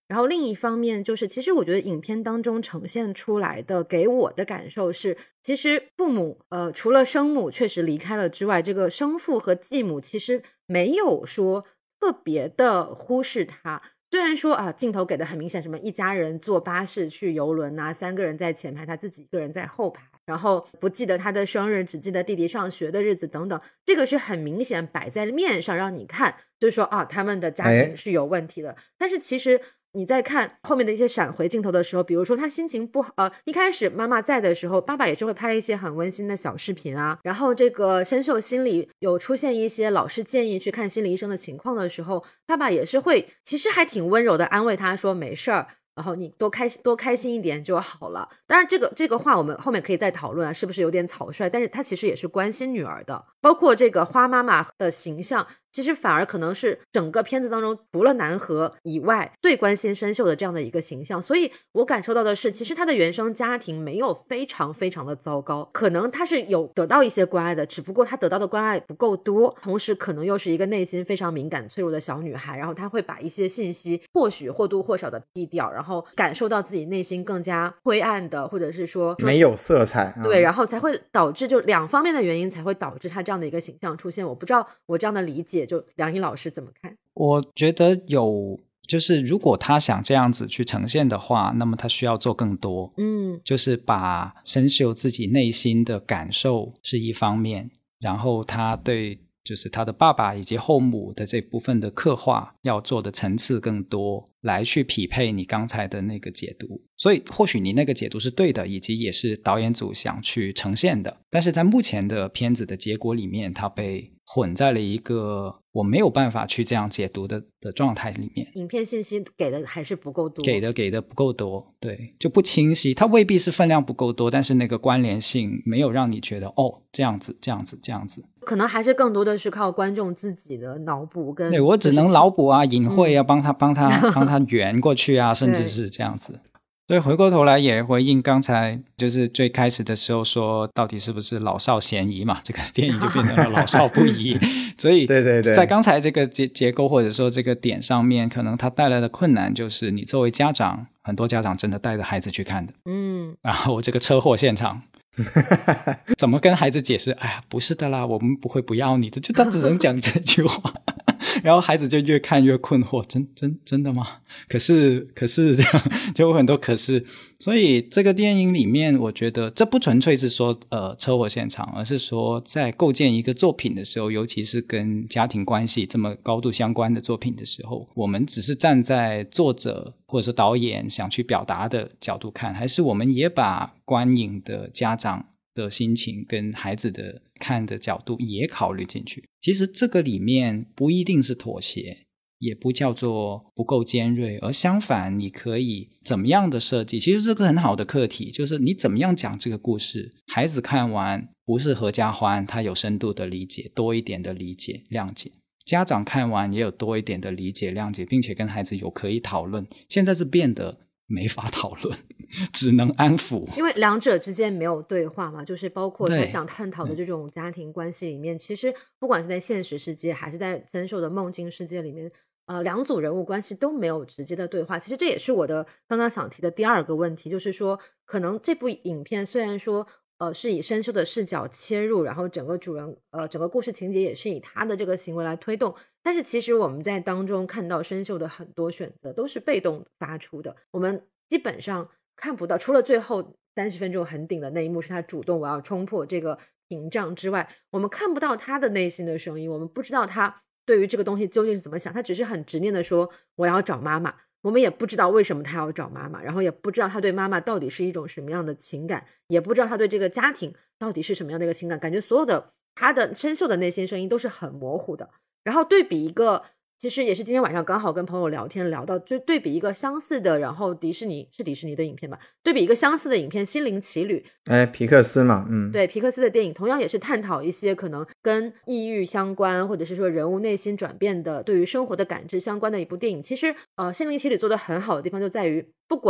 然后另一方面就是其实我觉得影片当中呈现出来的给我的感受是，其实父母呃除了生母确实离开了之外，这个生父和继母其实没有说特别的忽视他。虽然说啊，镜头给的很明显，什么一家人坐巴士去游轮啊，三个人在前排，他自己一个人在后排，然后不记得他的生日，只记得弟弟上学的日子等等，这个是很明显摆在面上让你看，就是说啊，他们的家庭是有问题的。但是其实你在看后面的一些闪回镜头的时候，比如说他心情不好，呃，一开始妈妈在的时候，爸爸也是会拍一些很温馨的小视频啊。然后这个申秀心里有出现一些老师建议去看心理医生的情况的时候，爸爸也是会，其实还挺温柔的安慰他说没事儿。然后你多开心多开心一点就好了。当然这个这个话我们后面可以再讨论啊，是不是有点草率，但是他其实也是关心女儿的。包括这个花妈妈的形象，其实反而可能是整个片子当中除了南河以外最关心申秀的这样的一个形象。所以我感受到的是，其实他的原生家庭没有非常非常的糟糕，可能他是有得到一些关爱的，只不过他得到的关爱不够多，同时可能又是一个内心非常敏感脆弱的小女孩，然后他会把一些信息或许或多或少的避掉，然后感受到自己内心更加灰暗的，或者是说没有色彩、嗯、 对，然后才会导致就两方面的原因才会导致他这样的一个形象出现。我不知道我这样的理解就梁一老师怎么看？ 我觉得有，就是如果他想这样子去呈现的话，那么他需要做更多， 嗯， 就是把申秀自己内心的感受是一方面，然后他对就是他的爸爸以及后母的这部分的刻画要做的层次更多，来去匹配你刚才的那个解读。所以或许你那个解读是对的，以及也是导演组想去呈现的，但是在目前的片子的结果里面，它被混在了一个我没有办法去这样解读的的状态里面。 影片信息给的还是不够多， 给的给的不够多，对，就不清晰。它未必是分量不够多，但是那个关联性没有让你觉得哦，这样子这样子这样子， 可能还是更多的是靠观众自己的脑补跟， 对，我只能脑补啊，隐晦啊，帮他帮他帮他圆过去啊，甚至是这样子。所以回过头来也回应刚才就是最开始的时候说到底是不是老少咸宜嘛，这个电影就变成了老少不宜所以对对对， 在刚才这个结结构或者说这个点上面，可能它带来的困难就是你作为家长，很多家长真的带着孩子去看的， 嗯， 然后这个车祸现场怎么跟孩子解释，哎呀不是的啦，我们不会不要你的，就他只能讲这句话然后孩子就越看越困惑，真真真的吗？可是可是这样就有很多可是。所以这个电影里面我觉得这不纯粹是说呃车祸现场，而是说在构建一个作品的时候，尤其是跟家庭关系这么高度相关的作品的时候，我们只是站在作者或者说导演想去表达的角度看，还是我们也把观影的家长的心情跟孩子的看的角度也考虑进去。其实这个里面不一定是妥协，也不叫做不够尖锐，而相反你可以怎么样的设计，其实这个很好的课题，就是你怎么样讲这个故事，孩子看完不是合家欢，他有深度的理解，多一点的理解谅解，家长看完也有多一点的理解谅解，并且跟孩子有可以讨论。现在是变得没法讨论，只能安抚， 因为两者之间没有对话嘛，就是包括他想探讨的这种家庭关系里面，其实不管是在现实世界还是在申秀的梦境世界里面，呃，两组人物关系都没有直接的对话。其实这也是我的刚刚想提的第二个问题，就是说可能这部影片虽然说呃，是以申秀的视角切入，然后整个主人呃，整个故事情节也是以他的这个行为来推动，但是其实我们在当中看到申秀的很多选择都是被动发出的，我们基本上看不到，除了最后三十分钟很顶的那一幕是他主动我要冲破这个屏障之外，我们看不到他的内心的声音，我们不知道他对于这个东西究竟是怎么想，他只是很执念的说我要找妈妈，我们也不知道为什么他要找妈妈，然后也不知道他对妈妈到底是一种什么样的情感，也不知道他对这个家庭到底是什么样的一个情感，感觉所有的他的申秀的内心声音都是很模糊的。然后对比一个，其实也是今天晚上刚好跟朋友聊天聊到，就对比一个相似的，然后迪士尼是迪士尼的影片吧，对比一个相似的影片《心灵奇旅》， 哎，皮克斯嘛，嗯， 对，皮克斯的电影同样也是探讨一些可能跟抑郁相关，或者是说人物内心转变的对于生活的感知相关的一部电影。其实呃，《心灵奇旅》做的很好的地方就在于，不管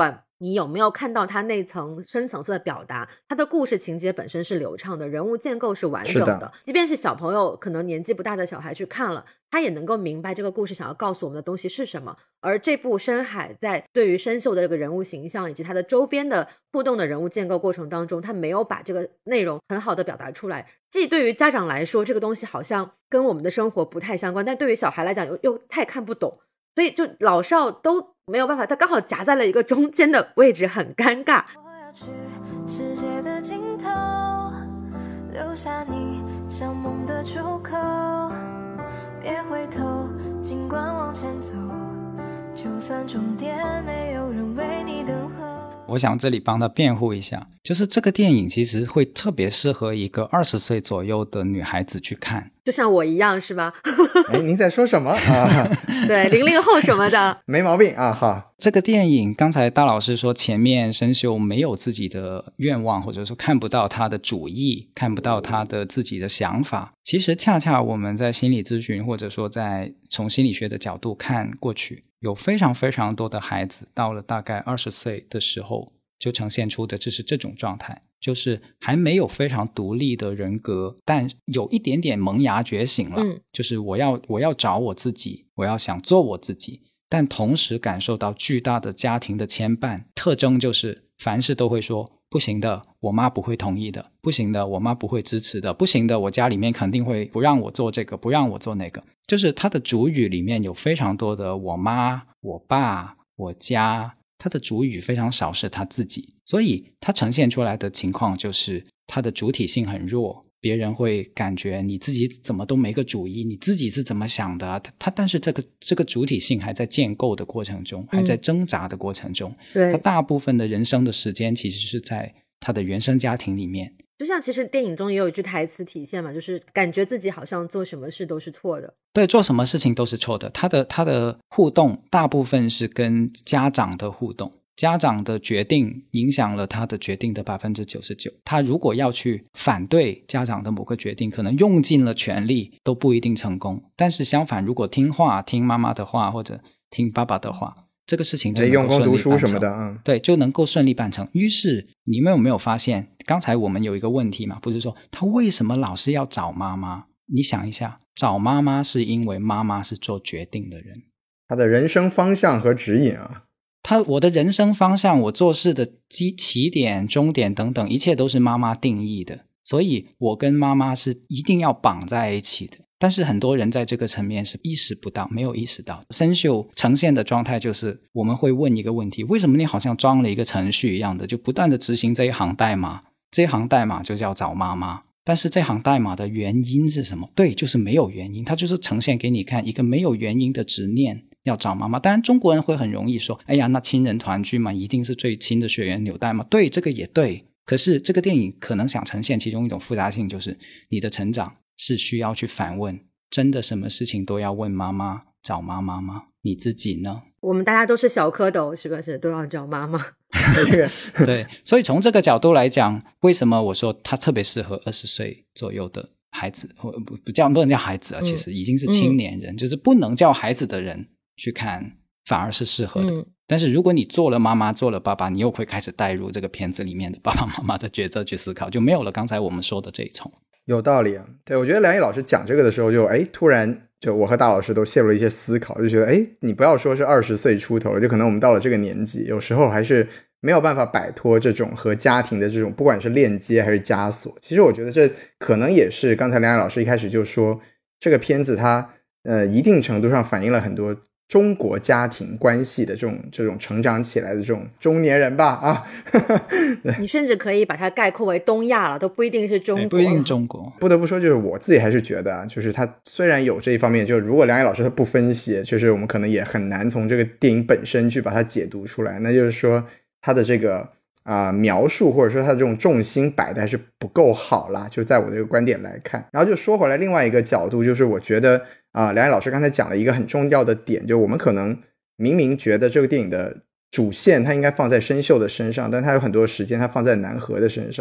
你有没有看到它那层深层次的表达，它的故事情节本身是流畅的，人物建构是完整 的, 的即便是小朋友可能年纪不大的小孩去看了，他也能够明白这个故事想要告诉我们的东西是什么。而这部深海在对于生锈的这个人物形象以及它的周边的互动的人物建构过程当中，他没有把这个内容很好的表达出来。既对于家长来说这个东西好像跟我们的生活不太相关，但对于小孩来讲 又, 又太看不懂，所以就老少都没有办法，他刚好夹在了一个中间的位置，很尴尬。 我要去世界的尽头，留下你像梦的出口，别回头，尽管往前走，就算终点没有人为你等候。 我想这里帮他辩护一下，就是这个电影其实会特别适合一个二十岁左右的女孩子去看， 就像我一样是吧？ 哎，您在说什么啊？ 对，零零后什么的没毛病啊。好， 这个电影刚才大老师说前面生锈没有自己的愿望，或者说看不到他的主意，看不到他的自己的想法，其实恰恰我们在心理咨询或者说在从心理学的角度看过去，有非常非常多的孩子到了大概二十岁的时候就呈现出的就是这种状态，就是还没有非常独立的人格，但有一点点萌芽觉醒了、嗯、就是我要我要找我自己，我要想做我自己，但同时感受到巨大的家庭的牵绊，特征就是凡事都会说不行的，我妈不会同意的，不行的，我妈不会支持的，不行的，我家里面肯定会不让我做这个，不让我做那个，就是他的主语里面有非常多的我妈、我爸、我家，他的主语非常少是他自己，所以他呈现出来的情况就是他的主体性很弱，别人会感觉你自己怎么都没个主意，你自己是怎么想的、啊、他, 他但是这个这个主体性还在建构的过程中，还在挣扎的过程中、嗯、他大部分的人生的时间其实是在他的原生家庭里面。 就像其实电影中也有一句台词体现嘛，就是感觉自己好像做什么事都是错的。 对，做什么事情都是错的。他的他的互动大部分是跟家长的互动，家长的决定影响了他的决定的 百分之九十九。 他如果要去反对家长的某个决定，可能用尽了全力都不一定成功，但是相反如果听话，听妈妈的话或者听爸爸的话，这个事情就能够顺利办成，用功读书什么的、嗯、对，就能够顺利办成。于是你们有没有发现刚才我们有一个问题嘛，不是说他为什么老是要找妈妈，你想一下，找妈妈是因为妈妈是做决定的人， 他的人生方向和指引啊， 他我的人生方向，我做事的基起点终点等等，一切都是妈妈定义的，所以我跟妈妈是一定要绑在一起的。但是很多人在这个层面是意识不到，没有意识到。生锈呈现的状态就是我们会问一个问题，为什么你好像装了一个程序一样的，就不断的执行这一行代码，这一行代码就叫找妈妈，但是这行代码的原因是什么？对，就是没有原因，它就是呈现给你看一个没有原因的执念要找妈妈。当然中国人会很容易说，哎呀，那亲人团聚嘛，一定是最亲的血缘纽带嘛，对，这个也对。可是这个电影可能想呈现其中一种复杂性，就是你的成长是需要去反问，真的什么事情都要问妈妈找妈妈吗？你自己呢？ 我们大家都是小蝌蚪是不是都要找妈妈？ 对，所以从这个角度来讲，为什么我说他特别适合二十岁左右的孩子，不不叫不能叫孩子啊、嗯，其实已经是青年人、嗯、就是不能叫孩子的人去看反而是适合的、嗯、但是如果你做了妈妈做了爸爸，你又会开始带入这个片子里面的爸爸妈妈的角色去思考，就没有了刚才我们说的这一重。 有道理啊，对，我觉得梁毅老师讲这个的时候就哎，突然就我和大老师都陷入了一些思考，就觉得哎，你不要说是二十岁出头，就可能我们到了这个年纪，有时候还是没有办法摆脱这种和家庭的这种不管是链接还是枷锁。其实我觉得这可能也是刚才梁毅老师一开始就说这个片子它呃一定程度上反映了很多中国家庭关系的这种这种成长起来的这种中年人吧啊， 你甚至可以把它概括为东亚了，都不一定是中国， 不一定中国。 不得不说，就是我自己还是觉得啊，就是他虽然有这一方面，就如果梁毅老师他不分析，就是我们可能也很难从这个电影本身去把它解读出来。那就是说他的这个啊、呃、描述或者说他的这种重心摆的还是不够好啦，就在我的这个观点来看。然后就说回来另外一个角度，就是我觉得啊、呃，梁毅老师刚才讲了一个很重要的点，就我们可能明明觉得这个电影的主线它应该放在生锈的身上，但它有很多时间它放在南河的身上。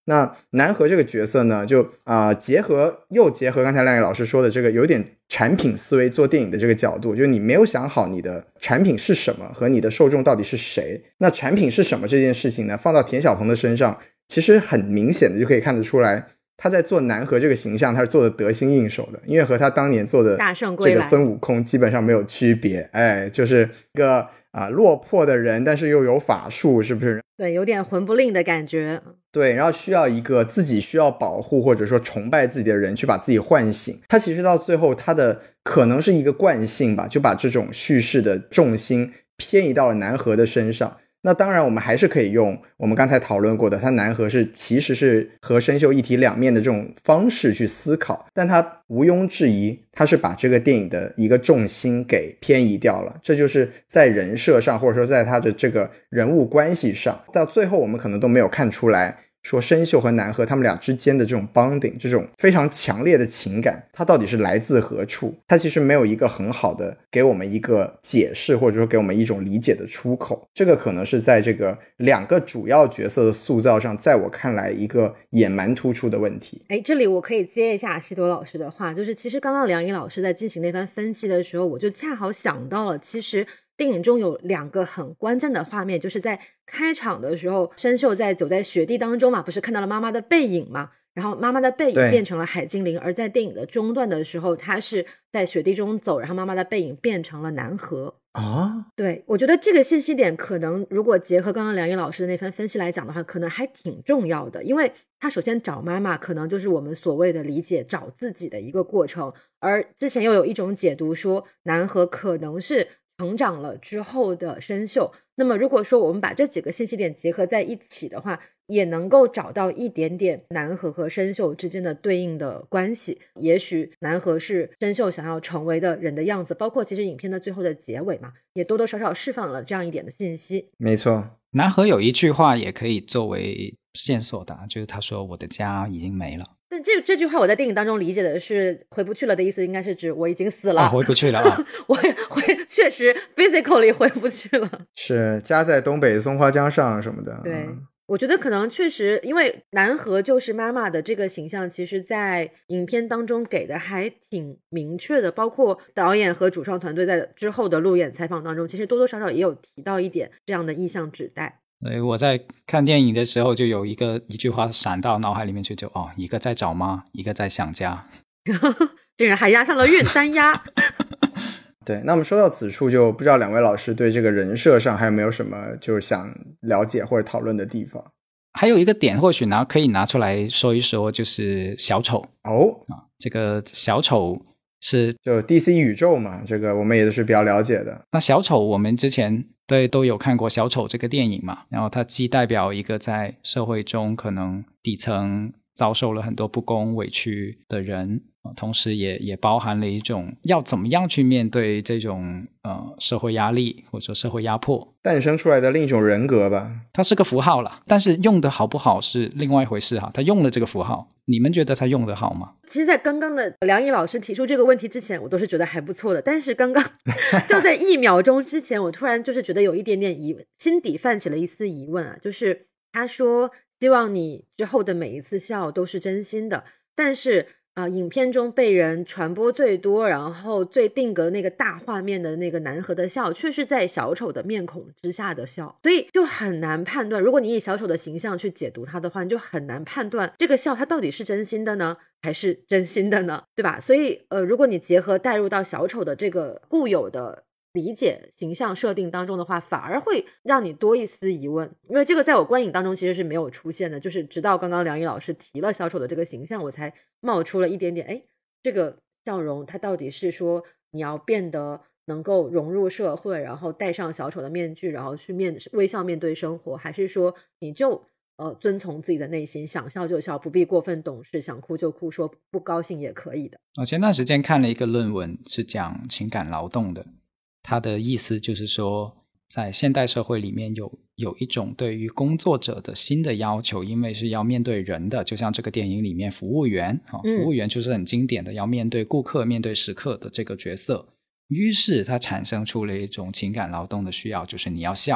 那南河这个角色呢，就啊、呃、结合又结合刚才亮宇老师说的这个有点产品思维做电影的这个角度，就是你没有想好你的产品是什么和你的受众到底是谁。那产品是什么这件事情呢，放到田小鹏的身上，其实很明显的就可以看得出来，他在做南河这个形象他是做的得心应手的，因为和他当年做的这个孙悟空基本上没有区别。哎，就是一个啊落魄的人，但是又有法术，是不是？ 对，有点魂不吝的感觉。 对，然后需要一个自己需要保护或者说崇拜自己的人去把自己唤醒。他其实到最后他的可能是一个惯性吧，就把这种叙事的重心偏移到了南河的身上。那当然我们还是可以用我们刚才讨论过的，它南河是其实是和生锈一体两面的这种方式去思考，但它毋庸置疑它是把这个电影的一个重心给偏移掉了。这就是在人设上或者说在它的这个人物关系上，到最后我们可能都没有看出来说生锈和南河他们俩之间的这种 bonding， 这种非常强烈的情感它到底是来自何处。它其实没有一个很好的给我们一个解释或者说给我们一种理解的出口。这个可能是在这个两个主要角色的塑造上，在我看来一个也蛮突出的问题。 哎，这里我可以接一下西多老师的话，就是其实刚刚梁颖老师在进行那番分析的时候，我就恰好想到了，其实电影中有两个很关键的画面，就是在开场的时候，生锈在走在雪地当中嘛，不是看到了妈妈的背影嘛，然后妈妈的背影变成了海精灵，而在电影的中段的时候，她是在雪地中走，然后妈妈的背影变成了南河啊。 对，我觉得这个信息点可能如果结合刚刚梁颖老师的那番分析来讲的话，可能还挺重要的。因为他首先找妈妈可能就是我们所谓的理解找自己的一个过程，而之前又有一种解读说南河可能是成长了之后的生锈。那么如果说我们把这几个信息点结合在一起的话，也能够找到一点点南河和生锈之间的对应的关系。也许南河是生锈想要成为的人的样子，包括其实影片的最后的结尾嘛，也多多少少释放了这样一点的信息。 没错， 南河有一句话也可以作为线索的，就是他说我的家已经没了。 但这这句话我在电影当中理解的是回不去了的意思，应该是指我已经死了、 啊、回不去了啊我回确实 physically 回不去了， 是家在东北松花江上什么的。 对、嗯、我觉得可能确实因为南河就是妈妈的这个形象，其实在影片当中给的还挺明确的，包括导演和主创团队在之后的路演采访当中其实多多少少也有提到一点这样的意象指代。 所以我在看电影的时候就有一个一句话闪到脑海里面去，就哦，一个在找妈，一个在想家竟然还押上了韵，单押对，那我们说到此处，就不知道两位老师对这个人设上还有没有什么就是想了解或者讨论的地方。 还有一个点或许拿可以拿出来说一说，就是小丑哦、 啊，这个小丑是就 D C 宇宙嘛，这个我们也是比较了解的。 那小丑我们之前对都有看过小丑这个电影嘛，然后它既代表一个在社会中可能底层遭受了很多不公委屈的人，同时也也包含了一种要怎么样去面对这种呃社会压力或者说社会压迫诞生出来的另一种人格吧。 它是个符号啦，但是用的好不好是另外一回事哈。他用了这个符号，你们觉得他用的好吗？ 其实在刚刚的梁颖老师提出这个问题之前，我都是觉得还不错的，但是刚刚就在一秒钟之前我突然就是觉得有一点点疑心底泛起了一丝疑问啊，就是他说希望你之后的每一次笑都是真心的，但是呃，影片中被人传播最多然后最定格那个大画面的那个南河的笑却是在小丑的面孔之下的笑，所以就很难判断，如果你以小丑的形象去解读他的话，你就很难判断这个笑他到底是真心的呢还是真心的呢，对吧？所以呃，如果你结合带入到小丑的这个固有的理解形象设定当中的话，反而会让你多一丝疑问，因为这个在我观影当中其实是没有出现的，就是直到刚刚梁颖老师提了小丑的这个形象，我才冒出了一点点，哎，这个笑容它到底是说你要变得能够融入社会，然后戴上小丑的面具，然后去面微笑面对生活，还是说你就呃遵从自己的内心，想笑就笑，不必过分懂事，想哭就哭，说不高兴也可以的。 我前段时间看了一个论文是讲情感劳动的，他的意思就是说在现代社会里面有有一种对于工作者的新的要求，因为是要面对人的，就像这个电影里面服务员、哦、服务员就是很经典的、嗯、要面对顾客面对食客的这个角色，于是它产生出了一种情感劳动的需要，就是你要笑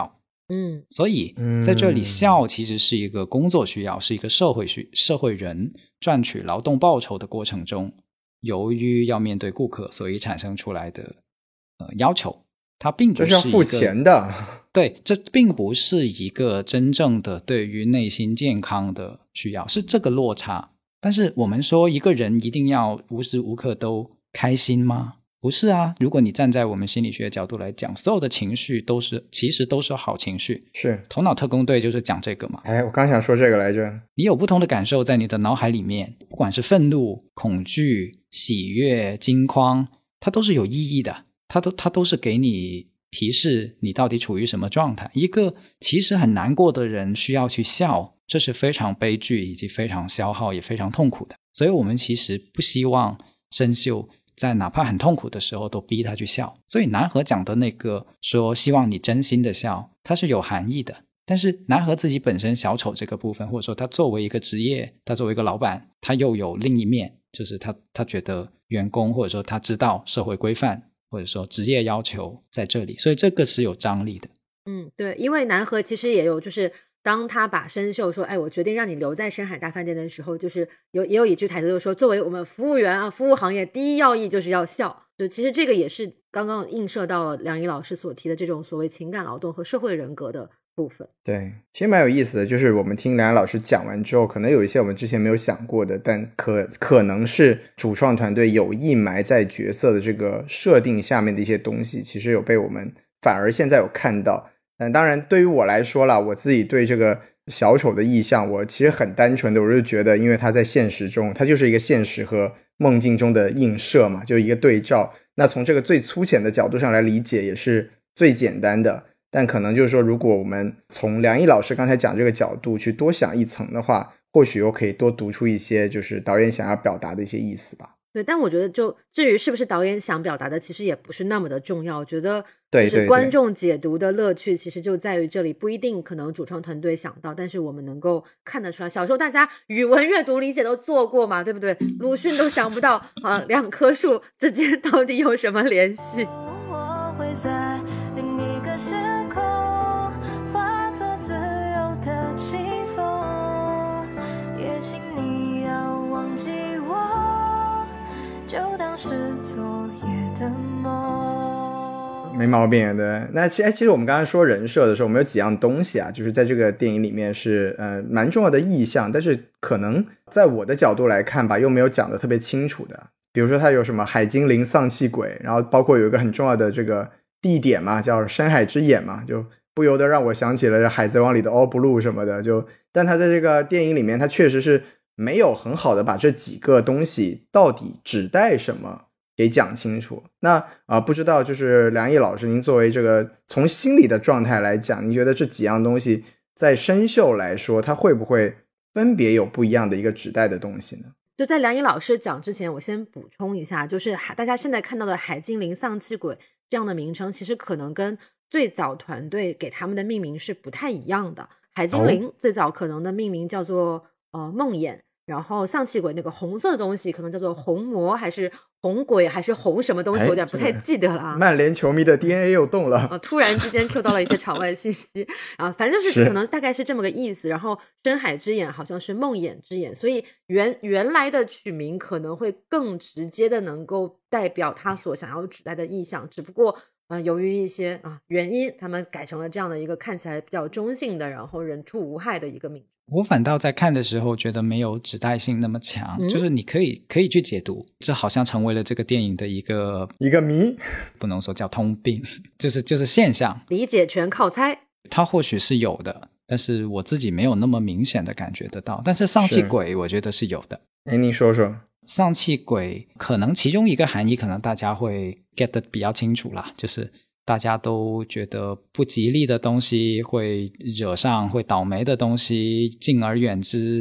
嗯， 所以在这里孝其实是一个工作需要，是一个社会需社会人赚取劳动报酬的过程中，由于要面对顾客所以产生出来的、呃、要求，它并不是一个， 这是要付钱的。 对，这并不是一个真正的对于内心健康的需要，是这个落差。但是我们说一个人一定要无时无刻都开心吗？不是啊，如果你站在我们心理学的角度来讲，所有的情绪都是其实都是好情绪。 是头脑特工队就是讲这个嘛。 哎，我刚想说这个来着。 你有不同的感受在你的脑海里面，不管是愤怒、恐惧、喜悦、惊慌，它都是有意义的，它都它都是给你提示你到底处于什么状态。一个其实很难过的人需要去笑，这是非常悲剧以及非常消耗也非常痛苦的。所以我们其实不希望生锈在哪怕很痛苦的时候都逼他去笑。所以南河讲的那个说希望你真心的笑，它是有含义的。但是南河自己本身小丑这个部分，或者说他作为一个职业，他作为一个老板，他又有另一面，就是他他觉得员工或者说他知道社会规范或者说职业要求在这里，所以这个是有张力的。 嗯，对，因为南河其实也有，就是当他把生锈说，哎，我决定让你留在深海大饭店的时候，就是有也有一句台词就是说，作为我们服务员啊，服务行业第一要义就是要笑。就其实这个也是刚刚映射到了梁怡老师所提的这种所谓情感劳动和社会人格的部分。 对，其实蛮有意思的，就是我们听梁老师讲完之后，可能有一些我们之前没有想过的，但可可能是主创团队有意埋在角色的这个设定下面的一些东西，其实有被我们反而现在有看到。但当然对于我来说啦，我自己对这个小丑的意象，我其实很单纯的，我就觉得因为他在现实中，他就是一个现实和梦境中的映射嘛，就一个对照。那从这个最粗浅的角度上来理解，也是最简单的。但可能就是说，如果我们从梁毅老师刚才讲这个角度去多想一层的话，或许又可以多读出一些就是导演想要表达的一些意思吧。 对，但我觉得就至于是不是导演想表达的，其实也不是那么的重要。我觉得就是观众解读的乐趣其实就在于这里，不一定可能主创团队想到，但是我们能够看得出来。小时候大家语文阅读理解都做过嘛，对不对？鲁迅都想不到啊，两棵树之间到底有什么联系。 我会在另一个时空化作自由的清风，也请你要忘记我，就当是昨夜的梦。 没毛病的。那其实其实我们刚才说人设的时候，我们有几样东西啊，就是在这个电影里面是呃蛮重要的意象，但是可能在我的角度来看吧，又没有讲得特别清楚的。比如说它有什么海精灵、丧气鬼，然后包括有一个很重要的这个地点嘛，叫深海之眼嘛，就不由得让我想起了海贼王里的 All Blue 什么的。就但它在这个电影里面，它确实是没有很好的把这几个东西到底指代什么给讲清楚。那啊、呃，不知道就是梁毅老师，您作为这个从心理的状态来讲，您觉得这几样东西在生锈来说，它会不会分别有不一样的一个指代的东西呢？ 就在梁毅老师讲之前，我先补充一下，就是大家现在看到的海精灵、丧气鬼这样的名称，其实可能跟最早团队给他们的命名是不太一样的。海精灵最早可能的命名叫做、哦、呃梦魇，然后丧气鬼那个红色的东西可能叫做红魔，还是红鬼，还是红什么东西，我有点不太记得了啊。 曼联球迷的 D N A 又动了啊！突然之间 Q 到了一些场外信息啊，反正就是可能大概是这么个意思。然后深海之眼好像是梦魇之眼，所以原原来的取名可能会更直接的能够代表他所想要指代的意象，只不过呃，由于一些啊原因，他们改成了这样的一个看起来比较中性的，然后人畜无害的一个名。 我反倒在看的时候觉得没有指代性那么强、嗯、就是你可以可以去解读，这好像成为了这个电影的一个一个谜， 不能说叫通病，就是就是现象， 理解全靠猜。 它或许是有的，但是我自己没有那么明显的感觉得到。但是丧气鬼我觉得是有的。 哎，您说说。 丧气鬼可能其中一个含义可能大家会 get 得比较清楚啦，就是大家都觉得不吉利的东西，会惹上会倒霉的东西敬而远之，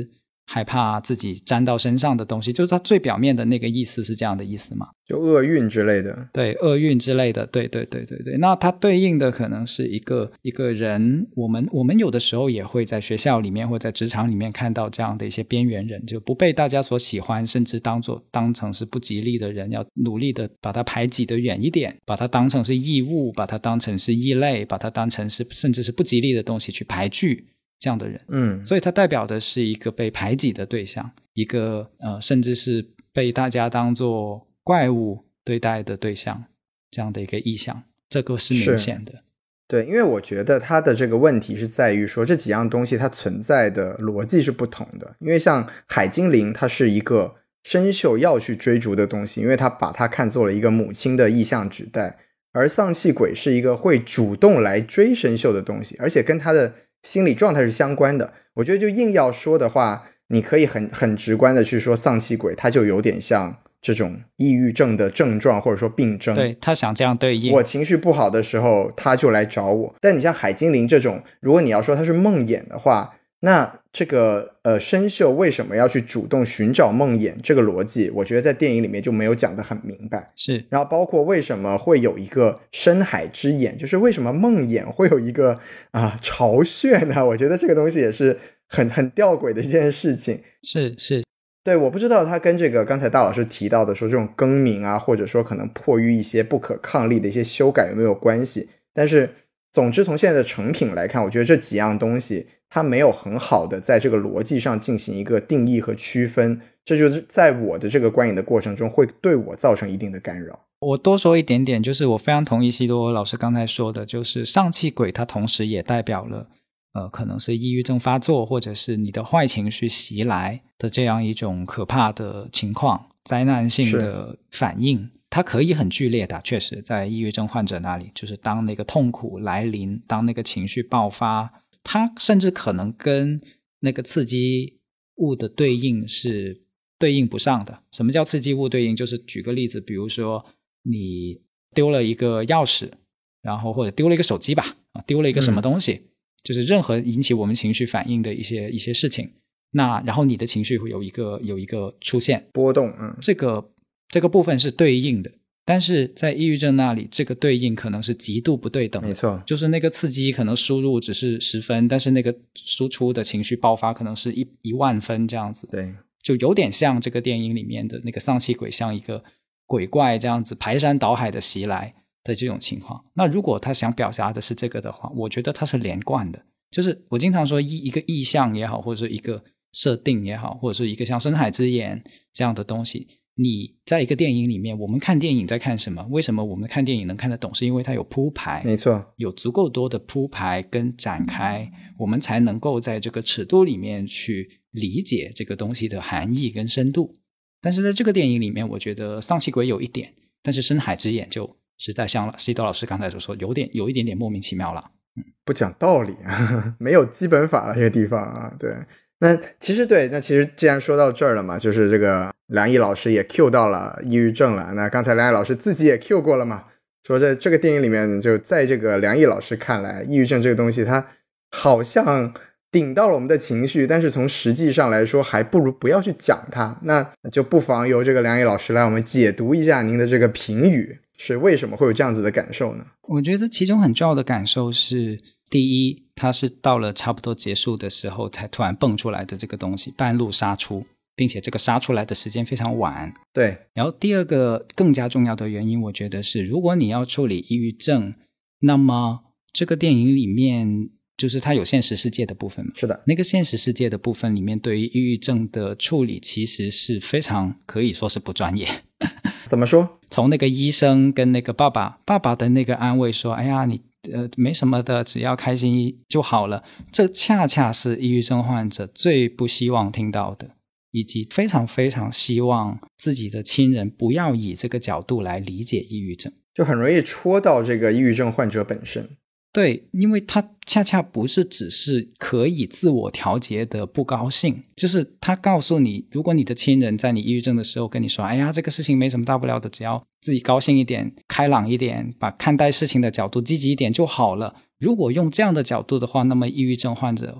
害怕自己沾到身上的东西，就是它最表面的那个意思是这样的意思嘛， 就厄运之类的。 对，厄运之类的，对对对对对。那它对应的可能是一个一个人，我们我们有的时候也会在学校里面或在职场里面看到这样的一些边缘人，就不被大家所喜欢，甚至当作当成是不吉利的人，要努力的把它排挤得远一点，把它当成是异物，把它当成是异类，把它当成是甚至是不吉利的东西去排拒这样的人。 嗯， 所以它代表的是一个被排挤的对象，一个呃，甚至是被大家当作怪物对待的对象，这样的一个意象，这个是明显的。 对，因为我觉得它的这个问题是在于说这几样东西它存在的逻辑是不同的。因为像海精灵它是一个生锈要去追逐的东西，因为它把它看作了一个母亲的意象指代，而丧气鬼是一个会主动来追生锈的东西，而且跟它的心理状态是相关的。我觉得就硬要说的话，你可以很很直观的去说丧气鬼它就有点像这种抑郁症的症状或者说病症， 对，他想这样对应， 我情绪不好的时候他就来找我。但你像海精灵这种，如果你要说它是梦魇的话，那这个呃生锈为什么要去主动寻找梦魇，这个逻辑我觉得在电影里面就没有讲得很明白。 是， 然后包括为什么会有一个深海之眼，就是为什么梦魇会有一个啊巢穴呢？我觉得这个东西也是很很吊诡的一件事情。 是是， 对，我不知道它跟这个刚才大老师提到的说这种更名啊，或者说可能迫于一些不可抗力的一些修改有没有关系。但是总之从现在的成品来看，我觉得这几样东西它没有很好的在这个逻辑上进行一个定义和区分，这就是在我的这个观影的过程中会对我造成一定的干扰。 我多说一点点，就是我非常同意西多老师刚才说的，就是丧气鬼它同时也代表了呃，可能是抑郁症发作或者是你的坏情绪袭来的这样一种可怕的情况，灾难性的反应。它可以很剧烈的，确实在抑郁症患者那里，就是当那个痛苦来临，当那个情绪爆发，它甚至可能跟那个刺激物的对应是对应不上的。什么叫刺激物对应？就是举个例子，比如说你丢了一个钥匙，然后或者丢了一个手机吧，丢了一个什么东西、嗯、就是任何引起我们情绪反应的一些一些事情，那然后你的情绪会有一个有一个出现波动，嗯， 这个这个部分是对应的，但是在抑郁症那里，这个对应可能是极度不对等的。 没错， 就是那个刺激可能输入只是十分，但是那个输出的情绪爆发可能是一一万分这样子。 对， 就有点像这个电影里面的那个丧气鬼，像一个鬼怪这样子排山倒海的袭来的这种情况。那如果他想表达的是这个的话，我觉得它是连贯的。就是我经常说一一个意象也好，或者是一个设定也好，或者是一个像深海之眼这样的东西，你在一个电影里面，我们看电影在看什么？为什么我们看电影能看得懂？是因为它有铺排， 没错， 有足够多的铺排跟展开，我们才能够在这个尺度里面去理解这个东西的含义跟深度。但是在这个电影里面，我觉得丧气鬼有一点，但是深海之眼就实在像西多老师刚才所说，有点有一点点莫名其妙了。嗯， 不讲道理啊，没有基本法的这个地方啊，对。那其实对，那其实既然说到这儿了嘛，就是这个梁毅老师也 Q 到了抑郁症了。那刚才梁毅老师自己也 Q 过了嘛，说在这个电影里面，就在这个梁毅老师看来，抑郁症这个东西它好像顶到了我们的情绪，但是从实际上来说还不如不要去讲它。那就不妨由这个梁毅老师来我们解读一下您的这个评语，是为什么会有这样子的感受呢？ 我觉得其中很重要的感受是，第一，它是到了差不多结束的时候才突然蹦出来的这个东西，半路杀出，并且这个杀出来的时间非常晚。 对。 然后第二个更加重要的原因，我觉得是，如果你要处理抑郁症，那么这个电影里面就是它有现实世界的部分嘛。 是的。 那个现实世界的部分里面，对于抑郁症的处理其实是非常可以说是不专业。 怎么说？ 从那个医生跟那个爸爸爸爸的那个安慰说，哎呀你呃，没什么的，只要开心就好了，这恰恰是抑郁症患者最不希望听到的，以及非常非常希望自己的亲人不要以这个角度来理解抑郁症， 就很容易戳到这个抑郁症患者本身。 对，因为他恰恰不是只是可以自我调节的不高兴，就是他告诉你，如果你的亲人在你抑郁症的时候跟你说，哎呀这个事情没什么大不了的，只要自己高兴一点，开朗一点，把看待事情的角度积极一点就好了，如果用这样的角度的话，那么抑郁症患者会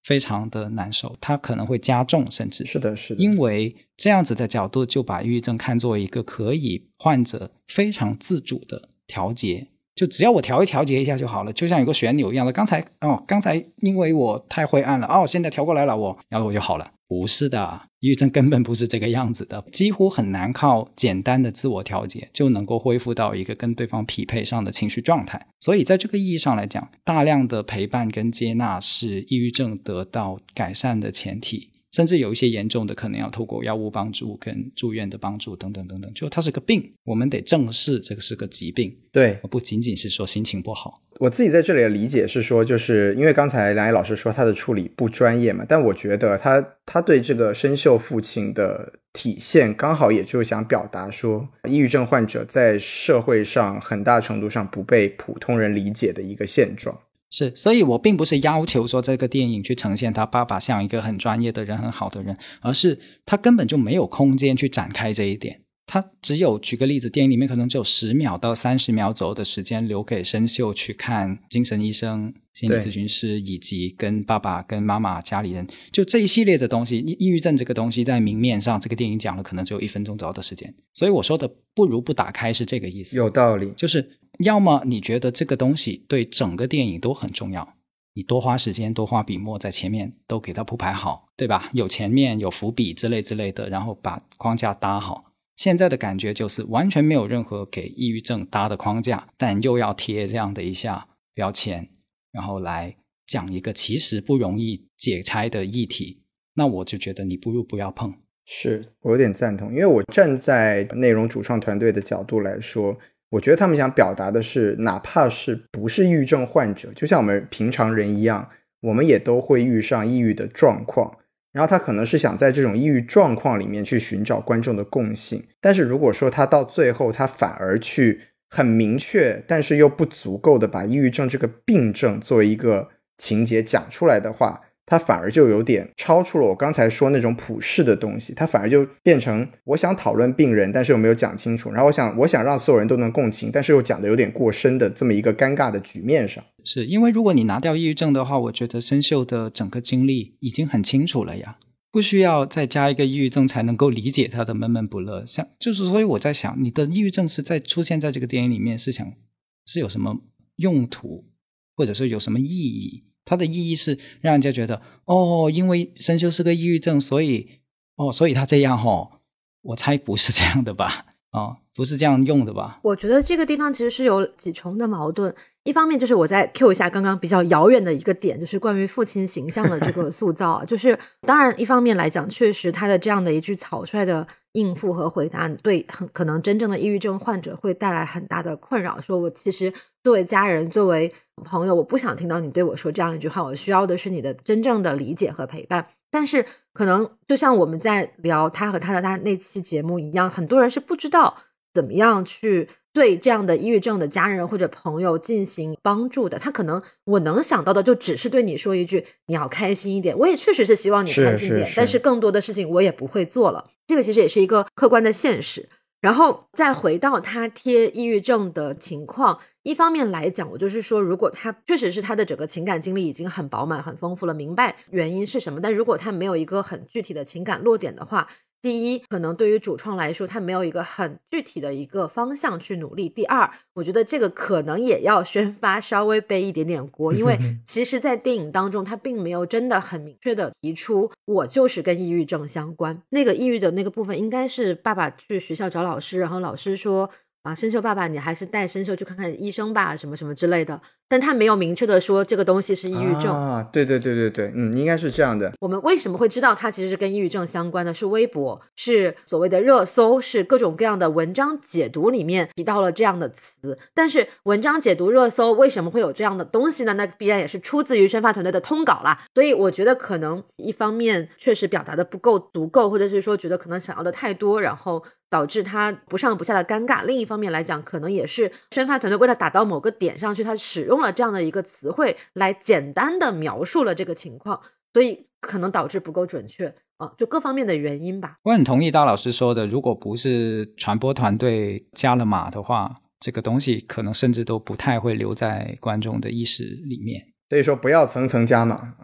非常的难受，它可能会加重，甚至是的是的， 因为这样子的角度就把抑郁症看作一个可以患者非常自主的调节，就只要我调一调节一下就好了，就像有个旋钮一样的，刚才哦，刚才因为我太灰暗了哦，现在调过来了我，然后我就好了。不是的，抑郁症根本不是这个样子的，几乎很难靠简单的自我调节就能够恢复到一个跟对方匹配上的情绪状态。所以在这个意义上来讲，大量的陪伴跟接纳是抑郁症得到改善的前提，甚至有一些严重的可能要透过药物帮助跟住院的帮助等等等等，就它是个病，我们得正视这个是个疾病， 对， 不仅仅是说心情不好。 我自己在这里的理解是说，就是因为刚才梁毅老师说他的处理不专业嘛，但我觉得他他对这个生锈父亲的体现刚好也就想表达说，抑郁症患者在社会上很大程度上不被普通人理解的一个现状。 是，所以我并不是要求说这个电影去呈现他爸爸像一个很专业的人很好的人，而是他根本就没有空间去展开这一点，他只有举个例子，电影里面可能只有十秒到三十秒左右的时间留给生锈去看精神医生、心理咨询师以及跟爸爸跟妈妈家里人，就这一系列的东西。抑郁症这个东西在明面上这个电影讲了可能只有一分钟左右的时间，所以我说的不如不打开是这个意思。 有道理， 就是要么你觉得这个东西对整个电影都很重要，你多花时间多花笔墨在前面都给它铺排好，对吧？有前面有伏笔之类之类的，然后把框架搭好。现在的感觉就是完全没有任何给抑郁症搭的框架，但又要贴这样的一下标签，然后来讲一个其实不容易解拆的议题，那我就觉得你不如不要碰。 是，我有点赞同，因为我站在内容主创团队的角度来说，我觉得他们想表达的是，哪怕是不是抑郁症患者，就像我们平常人一样，我们也都会遇上抑郁的状况，然后他可能是想在这种抑郁状况里面去寻找观众的共性，但是如果说他到最后他反而去很明确但是又不足够的把抑郁症这个病症作为一个情节讲出来的话，它反而就有点超出了我刚才说那种普世的东西，它反而就变成我想讨论病人但是又没有讲清楚，然后我想我想让所有人都能共情，但是又讲的有点过深的这么一个尴尬的局面上。 是因为如果你拿掉抑郁症的话，我觉得生锈的整个经历已经很清楚了呀，不需要再加一个抑郁症才能够理解他的闷闷不乐。像就是所以我在想，你的抑郁症是在出现在这个电影里面是想是有什么用途，或者说有什么意义？它的意义是让人家觉得哦，因为生锈是个抑郁症，所以哦，所以他这样哦，我猜不是这样的吧？哦，不是这样用的吧？ 我觉得这个地方其实是有几重的矛盾。一方面就是我再 Q 一下刚刚比较遥远的一个点，就是关于父亲形象的这个塑造啊，就是当然一方面来讲，确实他的这样的一句草率的应付和回答，对很可能真正的抑郁症患者会带来很大的困扰。说我其实作为家人作为朋友，我不想听到你对我说这样一句话，我需要的是你的真正的理解和陪伴。但是可能就像我们在聊他和他的他那期节目一样，很多人是不知道怎么样去对这样的抑郁症的家人或者朋友进行帮助的。他可能我能想到的就只是对你说一句你要开心一点，我也确实是希望你开心一点， 是是是， 但是更多的事情我也不会做了，这个其实也是一个客观的现实。然后再回到他贴抑郁症的情况，一方面来讲，我就是说如果他确实是他的整个情感经历已经很饱满很丰富了，明白原因是什么，但如果他没有一个很具体的情感落点的话，第一可能对于主创来说他没有一个很具体的一个方向去努力，第二我觉得这个可能也要宣发稍微背一点点锅，因为其实在电影当中他并没有真的很明确的提出我就是跟抑郁症相关，那个抑郁的那个部分应该是爸爸去学校找老师，然后老师说啊，生锈爸爸你还是带生锈去看看医生吧什么什么之类的，但他没有明确的说这个东西是抑郁症啊，对对对对对，嗯，应该是这样的。 我们为什么会知道它其实是跟抑郁症相关的，是微博，是所谓的热搜，是各种各样的文章解读里面提到了这样的词，但是文章解读热搜为什么会有这样的东西呢？那必然也是出自于宣发团队的通稿啦。所以我觉得可能一方面确实表达的不够足够，或者是说觉得可能想要的太多，然后导致他不上不下的尴尬，另一方面来讲可能也是宣发团队为了打到某个点上去，他使用了这样的一个词汇来简单的描述了这个情况，所以可能导致不够准确啊，就各方面的原因吧。 我很同意大老师说的，如果不是传播团队加了码的话，这个东西可能甚至都不太会留在观众的意识里面。 所以说不要层层加码。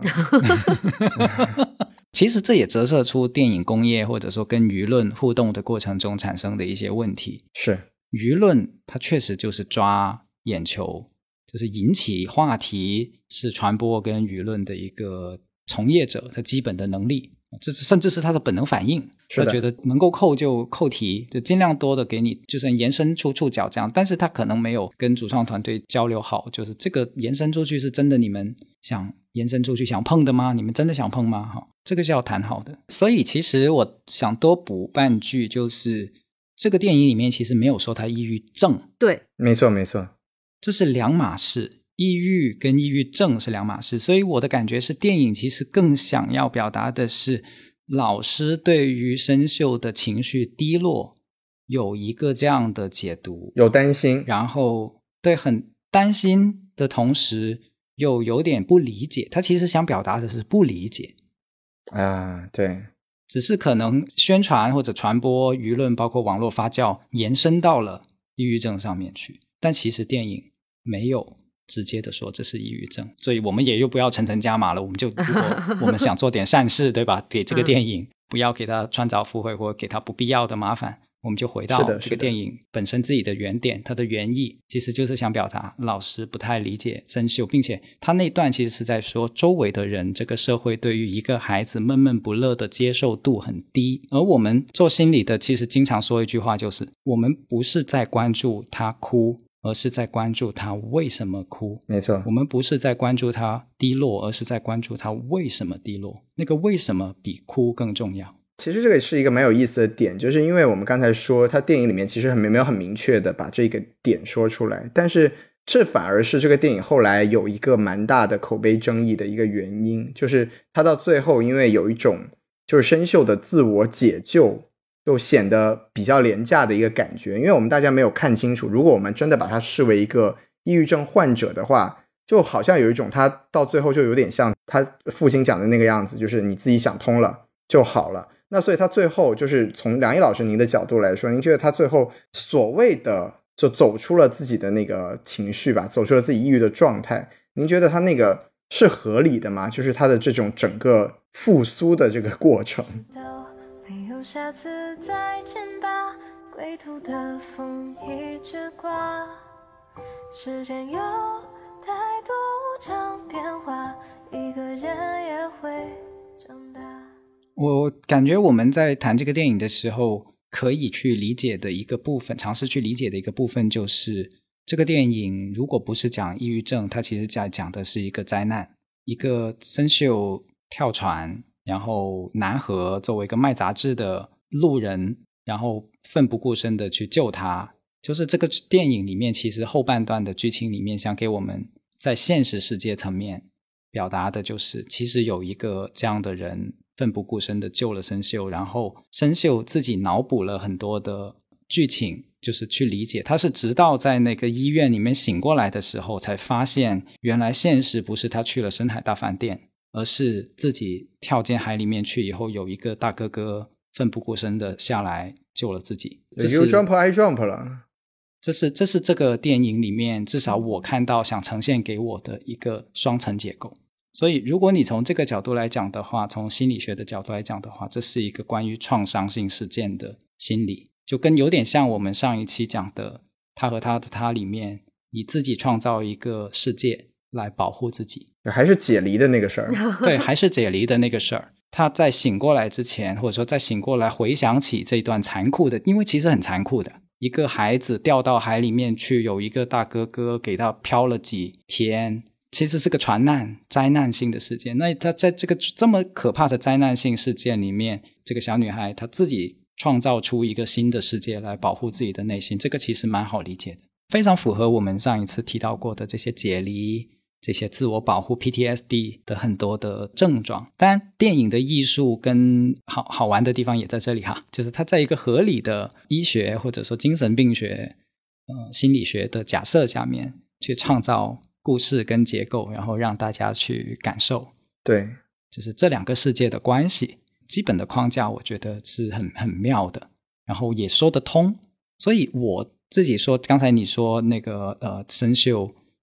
其实这也折射出电影工业或者说跟舆论互动的过程中产生的一些问题。 是， 舆论它确实就是抓眼球，就是引起话题，是传播跟舆论的一个从业者他基本的能力，这是甚至是他的本能反应。他觉得能够扣就扣题，就尽量多的给你，就是延伸出触角这样。但是他可能没有跟主创团队交流好，就是这个延伸出去是真的你们想延伸出去想碰的吗？你们真的想碰吗？这个是要谈好的。所以其实我想多补半句，就是这个电影里面其实没有说他抑郁症。 对， 没错没错， 这是两码事，抑郁跟抑郁症是两码事。所以我的感觉是电影其实更想要表达的是老师对于生秀的情绪低落有一个这样的解读， 有担心， 然后对很担心的同时又有点不理解，他其实想表达的是不理解啊，对， 只是可能宣传或者传播舆论包括网络发酵延伸到了抑郁症上面去，但其实电影没有直接的说这是抑郁症，所以我们也又不要层层加码了，我们就如果我们想做点善事对吧，给这个电影不要给他穿凿附会或给他不必要的麻烦，我们就回到这个电影本身自己的原点，它的原意其实就是想表达老师不太理解生秀，并且他那段其实是在说周围的人，这个社会对于一个孩子闷闷不乐的接受度很低，而我们做心理的其实经常说一句话，就是我们不是在关注他哭，而是在关注他为什么哭。 没错， 我们不是在关注他低落，而是在关注他为什么低落，那个为什么比哭更重要。 其实这个是一个蛮有意思的点，就是因为我们刚才说他电影里面其实很没有很明确的把这个点说出来，但是这反而是这个电影后来有一个蛮大的口碑争议的一个原因，就是他到最后因为有一种就是生秀的自我解救就显得比较廉价的一个感觉，因为我们大家没有看清楚，如果我们真的把他视为一个抑郁症患者的话，就好像有一种他到最后就有点像他父亲讲的那个样子，就是你自己想通了就好了。那所以他最后就是从梁毅老师您的角度来说，您觉得他最后所谓的就走出了自己的那个情绪吧，走出了自己抑郁的状态，您觉得他那个是合理的吗？就是他的这种整个复苏的这个过程。 没有下次再见吧，归途的风一直刮，时间有太多无常变化，一个人也会长大。 我感觉我们在谈这个电影的时候可以去理解的一个部分，尝试去理解的一个部分，就是这个电影如果不是讲抑郁症，它其实在讲的是一个灾难，一个生秀跳船，然后南河作为一个卖杂志的路人，然后奋不顾身的去救他，就是这个电影里面其实后半段的剧情里面想给我们在现实世界层面表达的就是其实有一个这样的人奋不顾身的救了生秀，然后生秀自己脑补了很多的剧情，就是去理解，他是直到在那个医院里面醒过来的时候才发现原来现实不是他去了深海大饭店，而是自己跳进海里面去以后有一个大哥哥奋不顾身的下来救了自己。这是 You jump I jump 了， 这是这是这个电影里面至少我看到想呈现给我的一个双层结构。所以如果你从这个角度来讲的话，从心理学的角度来讲的话，这是一个关于创伤性事件的心理，就跟有点像我们上一期讲的他和他的他里面，你自己创造一个世界来保护自己， 还是解离的那个事儿。 对，还是解离的那个事儿。他在醒过来之前，或者说在醒过来回想起这段残酷的，因为其实很残酷的，一个孩子掉到海里面去，有一个大哥哥给他漂了几天，其实是个船难灾难性的事件。那他在这个这么可怕的灾难性事件里面，这个小女孩她自己创造出一个新的世界来保护自己的内心，这个其实蛮好理解的，非常符合我们上一次提到过的这些解离，这些自我保护 P T S D 的很多的症状。当然电影的艺术跟好好玩的地方也在这里哈，就是它在一个合理的医学或者说精神病学、呃、心理学的假设下面去创造故事跟结构，然后让大家去感受， 对， 就是这两个世界的关系基本的框架我觉得是很很妙的，然后也说得通。所以我自己说刚才你说那个呃生秀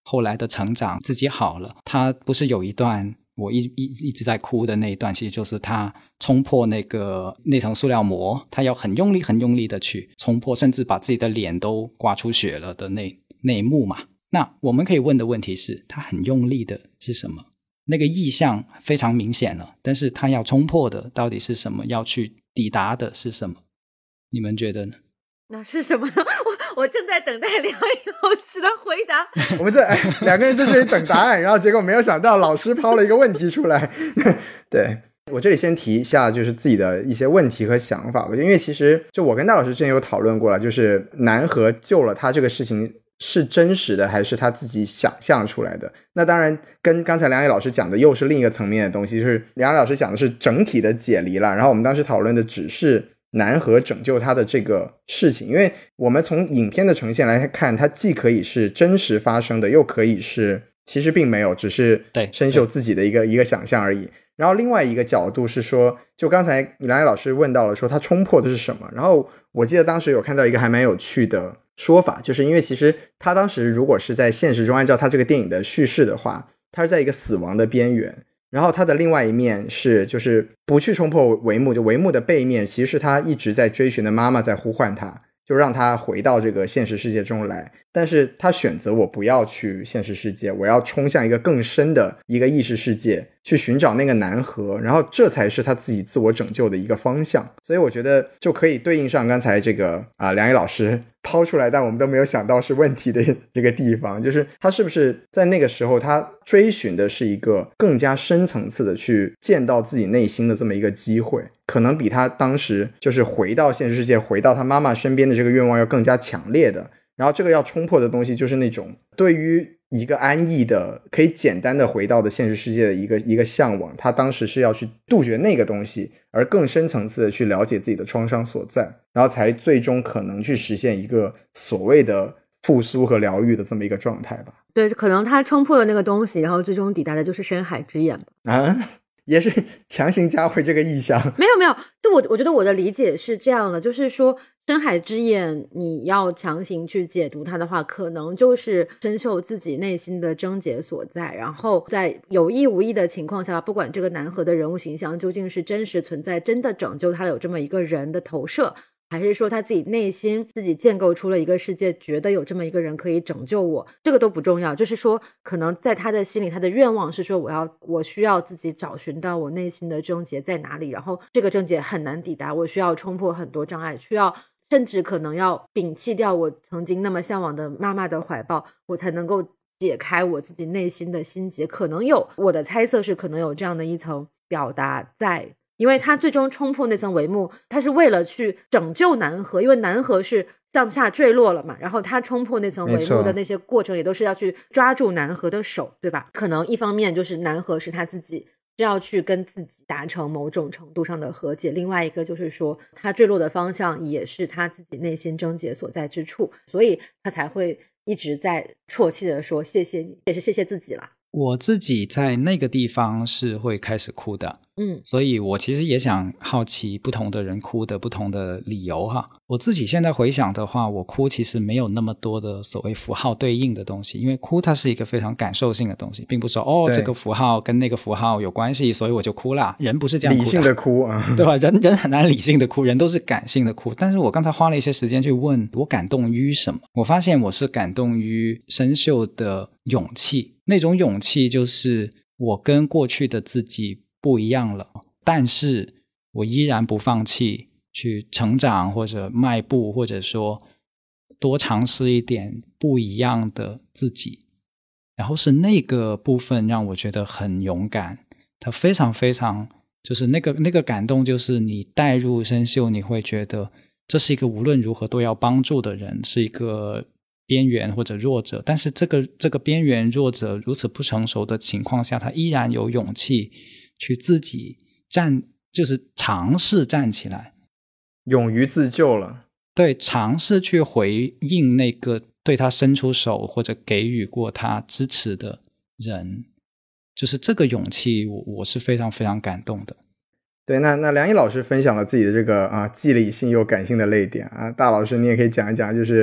后来的成长自己好了。他不是有一段我一一一直在哭的那一段，其实就是他冲破那个那层塑料膜，他要很用力很用力的去冲破，甚至把自己的脸都刮出血了的那那一幕嘛。那我们可以问的问题是，他很用力的是什么？那个意象非常明显了，但是他要冲破的到底是什么？要去抵达的是什么？你们觉得呢？ 那是什么呢？我我正在等待梁毅老师的回答。 我们在、哎、两个人在这里等答案，然后结果没有想到老师抛了一个问题出来。对，我这里先提一下就是自己的一些问题和想法吧，因为其实就我跟大老师之前有讨论过了，就是南河救了他这个事情是真实的还是他自己想象出来的。那当然跟刚才梁毅老师讲的又是另一个层面的东西，就是梁毅老师讲的是整体的解离了，然后我们当时讨论的只是南河拯救他的这个事情。因为我们从影片的呈现来看，它既可以是真实发生的，又可以是其实并没有，只是生锈自己的一个一个想象而已。然后另外一个角度是说，就刚才梁毅老师问到了说他冲破的是什么，然后我记得当时有看到一个还蛮有趣的说法，就是因为其实他当时如果是在现实中按照他这个电影的叙事的话，他是在一个死亡的边缘，然后他的另外一面是就是不去冲破帷幕，就帷幕的背面其实是他一直在追寻的妈妈在呼唤他，就让他回到这个现实世界中来，但是他选择我不要去现实世界，我要冲向一个更深的一个意识世界去寻找那个南河，然后这才是他自己自我拯救的一个方向。所以我觉得就可以对应上刚才这个啊梁毅老师抛出来但我们都没有想到是问题的这个地方，就是他是不是在那个时候他追寻的是一个更加深层次的去见到自己内心的这么一个机会，可能比他当时就是回到现实世界回到他妈妈身边的这个愿望要更加强烈的。然后这个要冲破的东西就是那种对于一个安逸的可以简单的回到的现实世界的一个一个向往，他当时是要去杜绝那个东西，而更深层次的去了解自己的创伤所在，然后才最终可能去实现一个所谓的复苏和疗愈的这么一个状态吧。 对，可能他冲破了那个东西，然后最终抵达的就是深海之眼吧。 啊，也是强行加回这个意象。 没有没有，就我我觉得我的理解是这样的，就是说深海之眼你要强行去解读它的话，可能就是深受自己内心的症结所在，然后在有意无意的情况下，不管这个南河的人物形象究竟是真实存在真的拯救他有这么一个人的投射，还是说他自己内心自己建构出了一个世界，觉得有这么一个人可以拯救我，这个都不重要。就是说可能在他的心里，他的愿望是说我要我需要自己找寻到我内心的症结在哪里，然后这个症结很难抵达，我需要冲破很多障碍，需要甚至可能要摒弃掉我曾经那么向往的妈妈的怀抱，我才能够解开我自己内心的心结。可能有，我的猜测是可能有这样的一层表达在，因为他最终冲破那层帷幕，他是为了去拯救南河，因为南河是向下坠落了嘛，然后他冲破那层帷幕的那些过程也都是要去抓住南河的手，对吧？可能一方面就是南河是他自己是要去跟自己达成某种程度上的和解，另外一个就是说他坠落的方向也是他自己内心症结所在之处，所以他才会一直在啜泣的说谢谢你，也是谢谢自己啦。 我自己在那个地方是会开始哭的， 嗯， 所以我其实也想好奇不同的人哭的不同的理由哈。我自己现在回想的话，我哭其实没有那么多的所谓符号对应的东西，因为哭它是一个非常感受性的东西，并不是说哦这个符号跟那个符号有关系所以我就哭啦，人不是这样哭的， 理性的哭啊， 对吧？人人很难理性的哭，人都是感性的哭。但是我刚才花了一些时间去问我感动于什么，我发现我是感动于深秀的勇气，那种勇气就是我跟过去的自己不一样了，但是我依然不放弃去成长或者迈步，或者说多尝试一点不一样的自己。然后是那个部分让我觉得很勇敢，它非常非常就是那个那个感动，就是你带入深秀，你会觉得这是一个无论如何都要帮助的人，是一个边缘或者弱者，但是这个这个边缘弱者如此不成熟的情况下，他依然有勇气去自己站，就是尝试站起来， 勇于自救了。 对，尝试去回应那个对他伸出手或者给予过他支持的人，就是这个勇气我我是非常非常感动的。 对，那那梁毅老师分享了自己的这个啊既理性又感性的泪点啊，大老师你也可以讲一讲，就是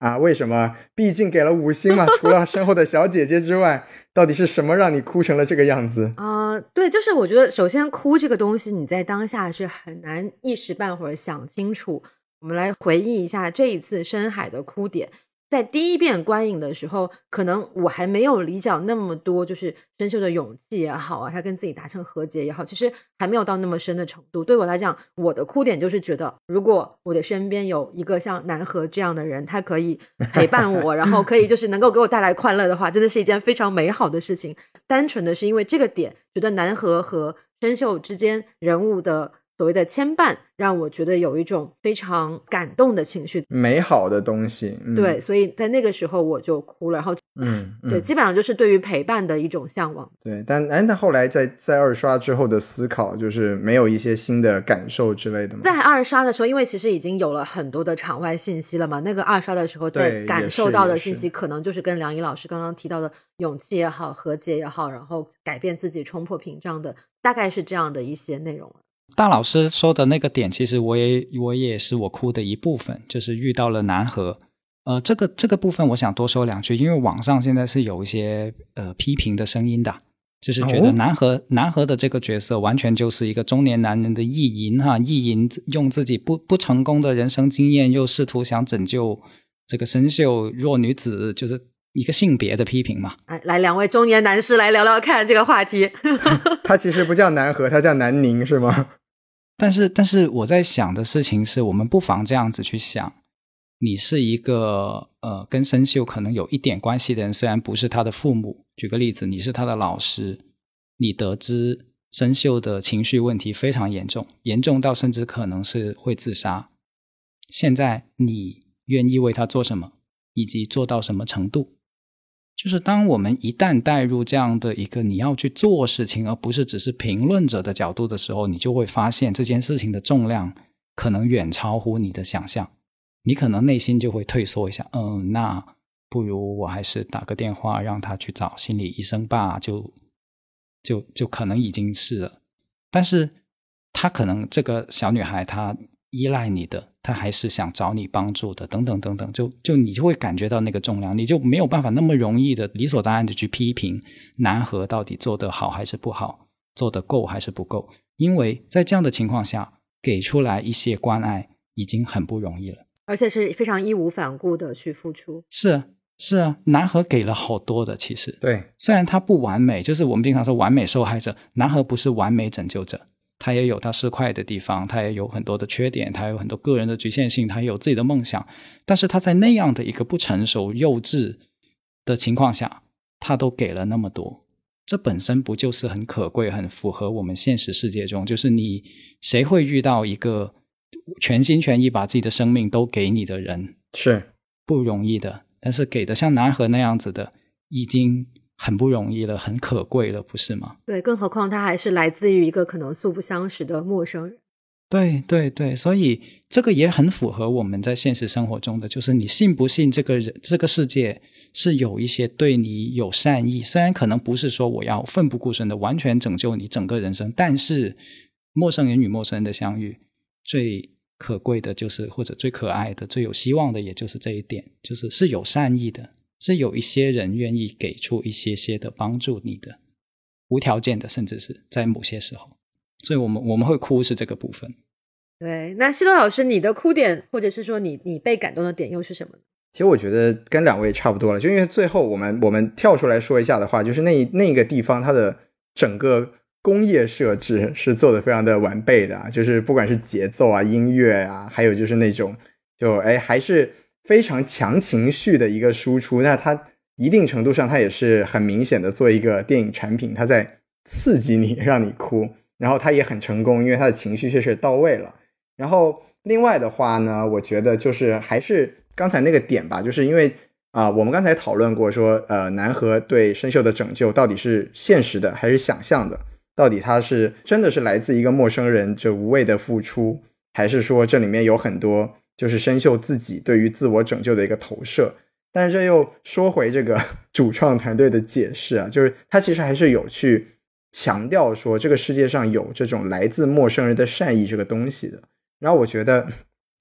啊，为什么？毕竟给了五星嘛，除了身后的小姐姐之外，到底是什么让你哭成了这个样子啊、呃？对，就是我觉得首先哭这个东西你在当下是很难一时半会儿想清楚。我们来回忆一下这一次深海的哭点。在第一遍观影的时候，可能我还没有理解那么多，就是深秀的勇气也好啊，他跟自己达成和解也好，其实还没有到那么深的程度。对我来讲，我的哭点就是觉得，如果我的身边有一个像南河这样的人，他可以陪伴我，然后可以就是能够给我带来快乐的话，真的是一件非常美好的事情。单纯的是因为这个点，觉得南河和深秀之间人物的所谓的牵绊，让我觉得有一种非常感动的情绪， 美好的东西、嗯、 对，所以在那个时候我就哭了，然后嗯, 嗯对，基本上就是对于陪伴的一种向往。 对，但哎，那后来在在二刷之后的思考，就是没有一些新的感受之类的吗？ 在二刷的时候，因为其实已经有了很多的场外信息了嘛，那个二刷的时候在感受到的信息可能就是跟梁一老师刚刚提到的勇气也好，和解也好，然后改变自己，冲破屏障的，大概是这样的一些内容。 大老师说的那个点，其实我也我也是我哭的一部分，就是遇到了南河。呃，这个这个部分我想多说两句，因为网上现在是有一些呃批评的声音的，就是觉得南河、哦、南河的这个角色完全就是一个中年男人的意淫哈，意淫用自己不不成功的人生经验，又试图想拯救这个深秀弱女子，就是一个性别的批评嘛。 来来，两位中年男士来聊聊看这个话题。 他其实不叫南河，他叫南宁是吗？ 但是但是我在想的事情是，我们不妨这样子去想，你是一个呃跟深秀可能有一点关系的人，虽然不是他的父母，举个例子，你是他的老师，你得知深秀的情绪问题非常严重，严重到甚至可能是会自杀，现在你愿意为他做什么，以及做到什么程度？就是当我们一旦带入这样的一个你要去做事情，而不是只是评论者的角度的时候，你就会发现这件事情的重量可能远超乎你的想象，你可能内心就会退缩一下，嗯，那不如我还是打个电话让他去找心理医生吧，就就就可能已经是了。但是他可能这个小女孩她依赖你的，他还是想找你帮助的，等等等等，就就你就会感觉到那个重量，你就没有办法那么容易的理所当然的去批评南河到底做得好还是不好，做得够还是不够，因为在这样的情况下给出来一些关爱已经很不容易了， 而且是非常义无反顾的去付出。 是啊是啊，南河给了好多的，其实对， 虽然他不完美，就是我们经常说完美受害者，南河不是完美拯救者，他也有他失快的地方，他也有很多的缺点，他有很多个人的局限性，他也有自己的梦想，但是他在那样的一个不成熟幼稚的情况下，他都给了那么多，这本身不就是很可贵，很符合我们现实世界中，就是你谁会遇到一个全心全意把自己的生命都给你的人， 是不容易的，但是给的像南河那样子的已经很不容易了，很可贵了，不是吗？ 对，更何况他还是来自于一个可能素不相识的陌生人。 对对对，所以这个也很符合我们在现实生活中的，就是你信不信这个人这个世界是有一些对你有善意，虽然可能不是说我要奋不顾身的完全拯救你整个人生，但是陌生人与陌生人的相遇，最可贵的就是或者最可爱的最有希望的也就是这一点，就是是有善意的，是有一些人愿意给出一些些的帮助你的，无条件的，甚至是在某些时候，所以我们我们会哭是这个部分。 对，那西多老师，你的哭点或者是说你你被感动的点又是什么呢？ 其实我觉得跟两位差不多了，就因为最后我们我们跳出来说一下的话，就是那那个地方它的整个工业设置是做得非常的完备的，就是不管是节奏啊、音乐啊，还有就是那种就哎还是非常强情绪的一个输出，那它一定程度上它也是很明显的做一个电影产品，它在刺激你让你哭，然后它也很成功，因为它的情绪确实到位了。然后另外的话呢，我觉得就是还是刚才那个点吧，就是因为啊、呃，我们刚才讨论过说呃，南河对深秀的拯救到底是现实的还是想象的，到底它是真的是来自一个陌生人这无谓的付出，还是说这里面有很多就是深秀自己对于自我拯救的一个投射。但是这又说回这个主创团队的解释啊，就是他其实还是有去强调说这个世界上有这种来自陌生人的善意这个东西的。然后我觉得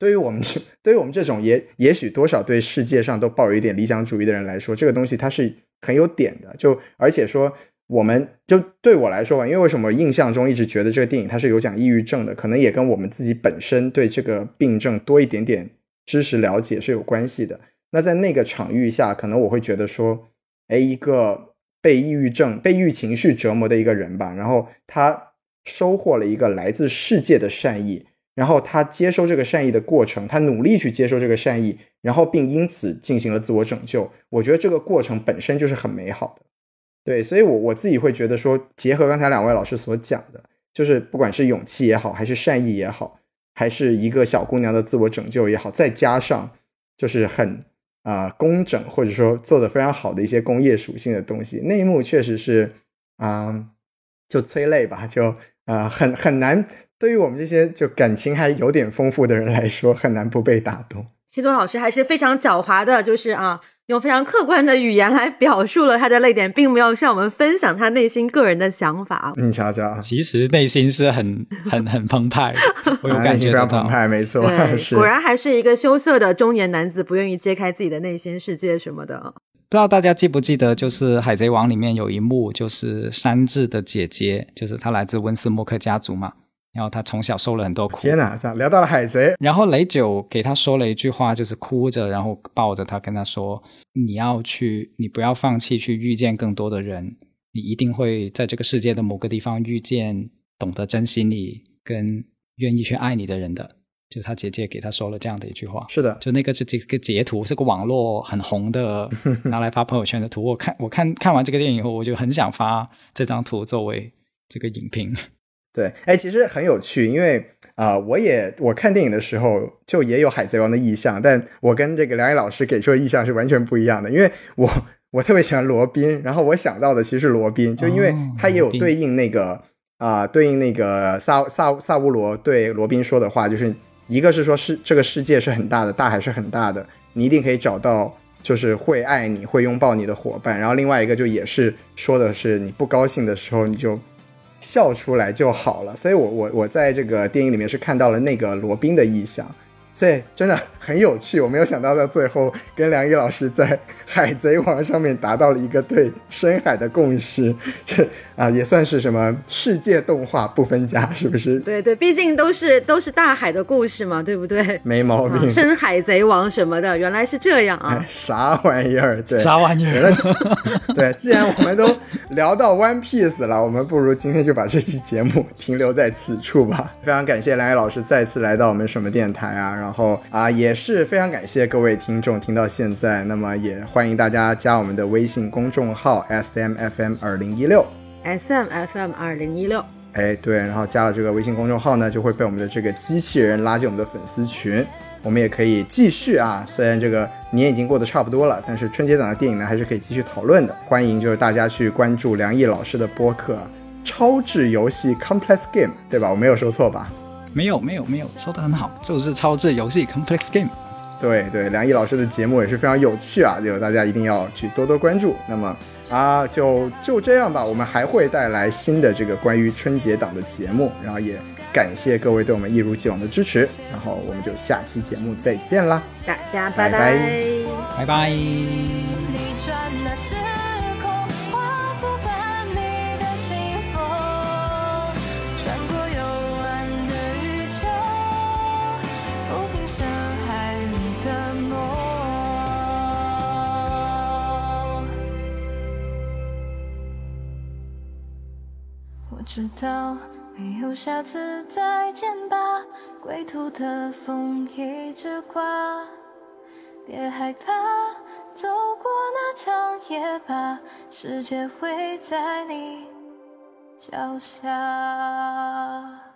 对于我们对于我们这种也也许多少对世界上都抱有一点理想主义的人来说，这个东西它是很有点的。就而且说我们就对我来说吧，因为为什么印象中一直觉得这个电影它是有讲抑郁症的，可能也跟我们自己本身对这个病症多一点点知识了解是有关系的。那在那个场域下，可能我会觉得说，哎，一个被抑郁症被抑郁情绪折磨的一个人吧，然后他收获了一个来自世界的善意，然后他接收这个善意的过程，他努力去接受这个善意，然后并因此进行了自我拯救，我觉得这个过程本身就是很美好的。对，所以我我自己会觉得说，结合刚才两位老师所讲的，就是不管是勇气也好，还是善意也好，还是一个小姑娘的自我拯救也好，再加上就是很啊、呃、工整或者说做得非常好的一些工业属性的东西，那一幕确实是啊、呃、就催泪吧，就啊、呃、很很难，对于我们这些就感情还有点丰富的人来说，很难不被打动。 西多老师还是非常狡猾的，就是啊，用非常客观的语言来表述了他的泪点，并没有向我们分享他内心个人的想法。 你瞧瞧， 其实内心是很很很澎湃，我有感觉得到， 非常澎湃，没错，是果然还是一个羞涩的中年男子，不愿意揭开自己的内心世界什么的。 不知道大家记不记得，就是《海贼王》里面有一幕，就是山治的姐姐，就是她来自温斯莫克家族嘛，然后她从小受了很多苦。 天哪，聊到了海贼， 然后雷九给她说了一句话，就是哭着，然后抱着她跟她说，你要去，你不要放弃去遇见更多的人，你一定会在这个世界的某个地方遇见懂得珍惜你跟愿意去爱你的人的。就是他姐姐给他说了这样的一句话。 是的， 就那个是这个截图，是个网络很红的拿来发朋友圈的图。我看我看看完这个电影以后，我就很想发这张图作为这个影评。 对，哎，其实很有趣，因为啊、呃，我也我看电影的时候就也有海贼王的意象，但我跟这个梁毅老师给出的意象是完全不一样的，因为我我特别喜欢罗宾，然后我想到的其实是罗宾，就因为他也有对应那个啊、哦呃，对应那个萨萨萨乌罗对罗宾说的话，就是一个是说是这个世界是很大的，大海是很大的，你一定可以找到就是会爱你会拥抱你的伙伴，然后另外一个就也是说的是你不高兴的时候你就笑出来就好了，所以我我我在这个电影里面是看到了那个罗宾的意象，所以真的很有趣，我没有想到到最后跟梁毅老师在海贼王上面达到了一个对深海的共识，这啊也算是什么世界动画不分家，是不是？ 对对，毕竟都是都是大海的故事嘛，对不对？ 没毛病、啊、 深海贼王什么的原来是这样啊、 哎、啥玩意儿，对， 啥玩意儿对，既然我们都聊到 One Piece 了，我们不如今天就把这期节目停留在此处吧。非常感谢梁毅老师再次来到我们什么电台啊，然后啊也是非常感谢各位听众听到现在，那么也欢迎大家加我们的微信公众号 S M F M 二零一六 S M F M 二零一六。 哎，对，然后加了这个微信公众号呢，就会被我们的这个机器人拉进我们的粉丝群，我们也可以继续啊，虽然这个年已经过得差不多了，但是春节档的电影呢还是可以继续讨论的。欢迎就是大家去关注梁毅老师的播客超智游戏 Complex Game， 对吧？我没有说错吧？ 没有没有没有，说得很好，就是超智游戏 Complex Game。 对对，梁毅老师的节目也是非常有趣啊，就大家一定要去多多关注。那么啊，就就这样吧，我们还会带来新的这个关于春节档的节目，然后也感谢各位对我们一如既往的支持，然后我们就下期节目再见啦， 大家拜拜拜拜拜。 逆转那时空，化作伴你的清风，穿过幽暗的宇宙，抚平深海里的梦。我知道没有下次再见吧，归途的风一直刮，别害怕，走过那场夜吧，世界会在你脚下。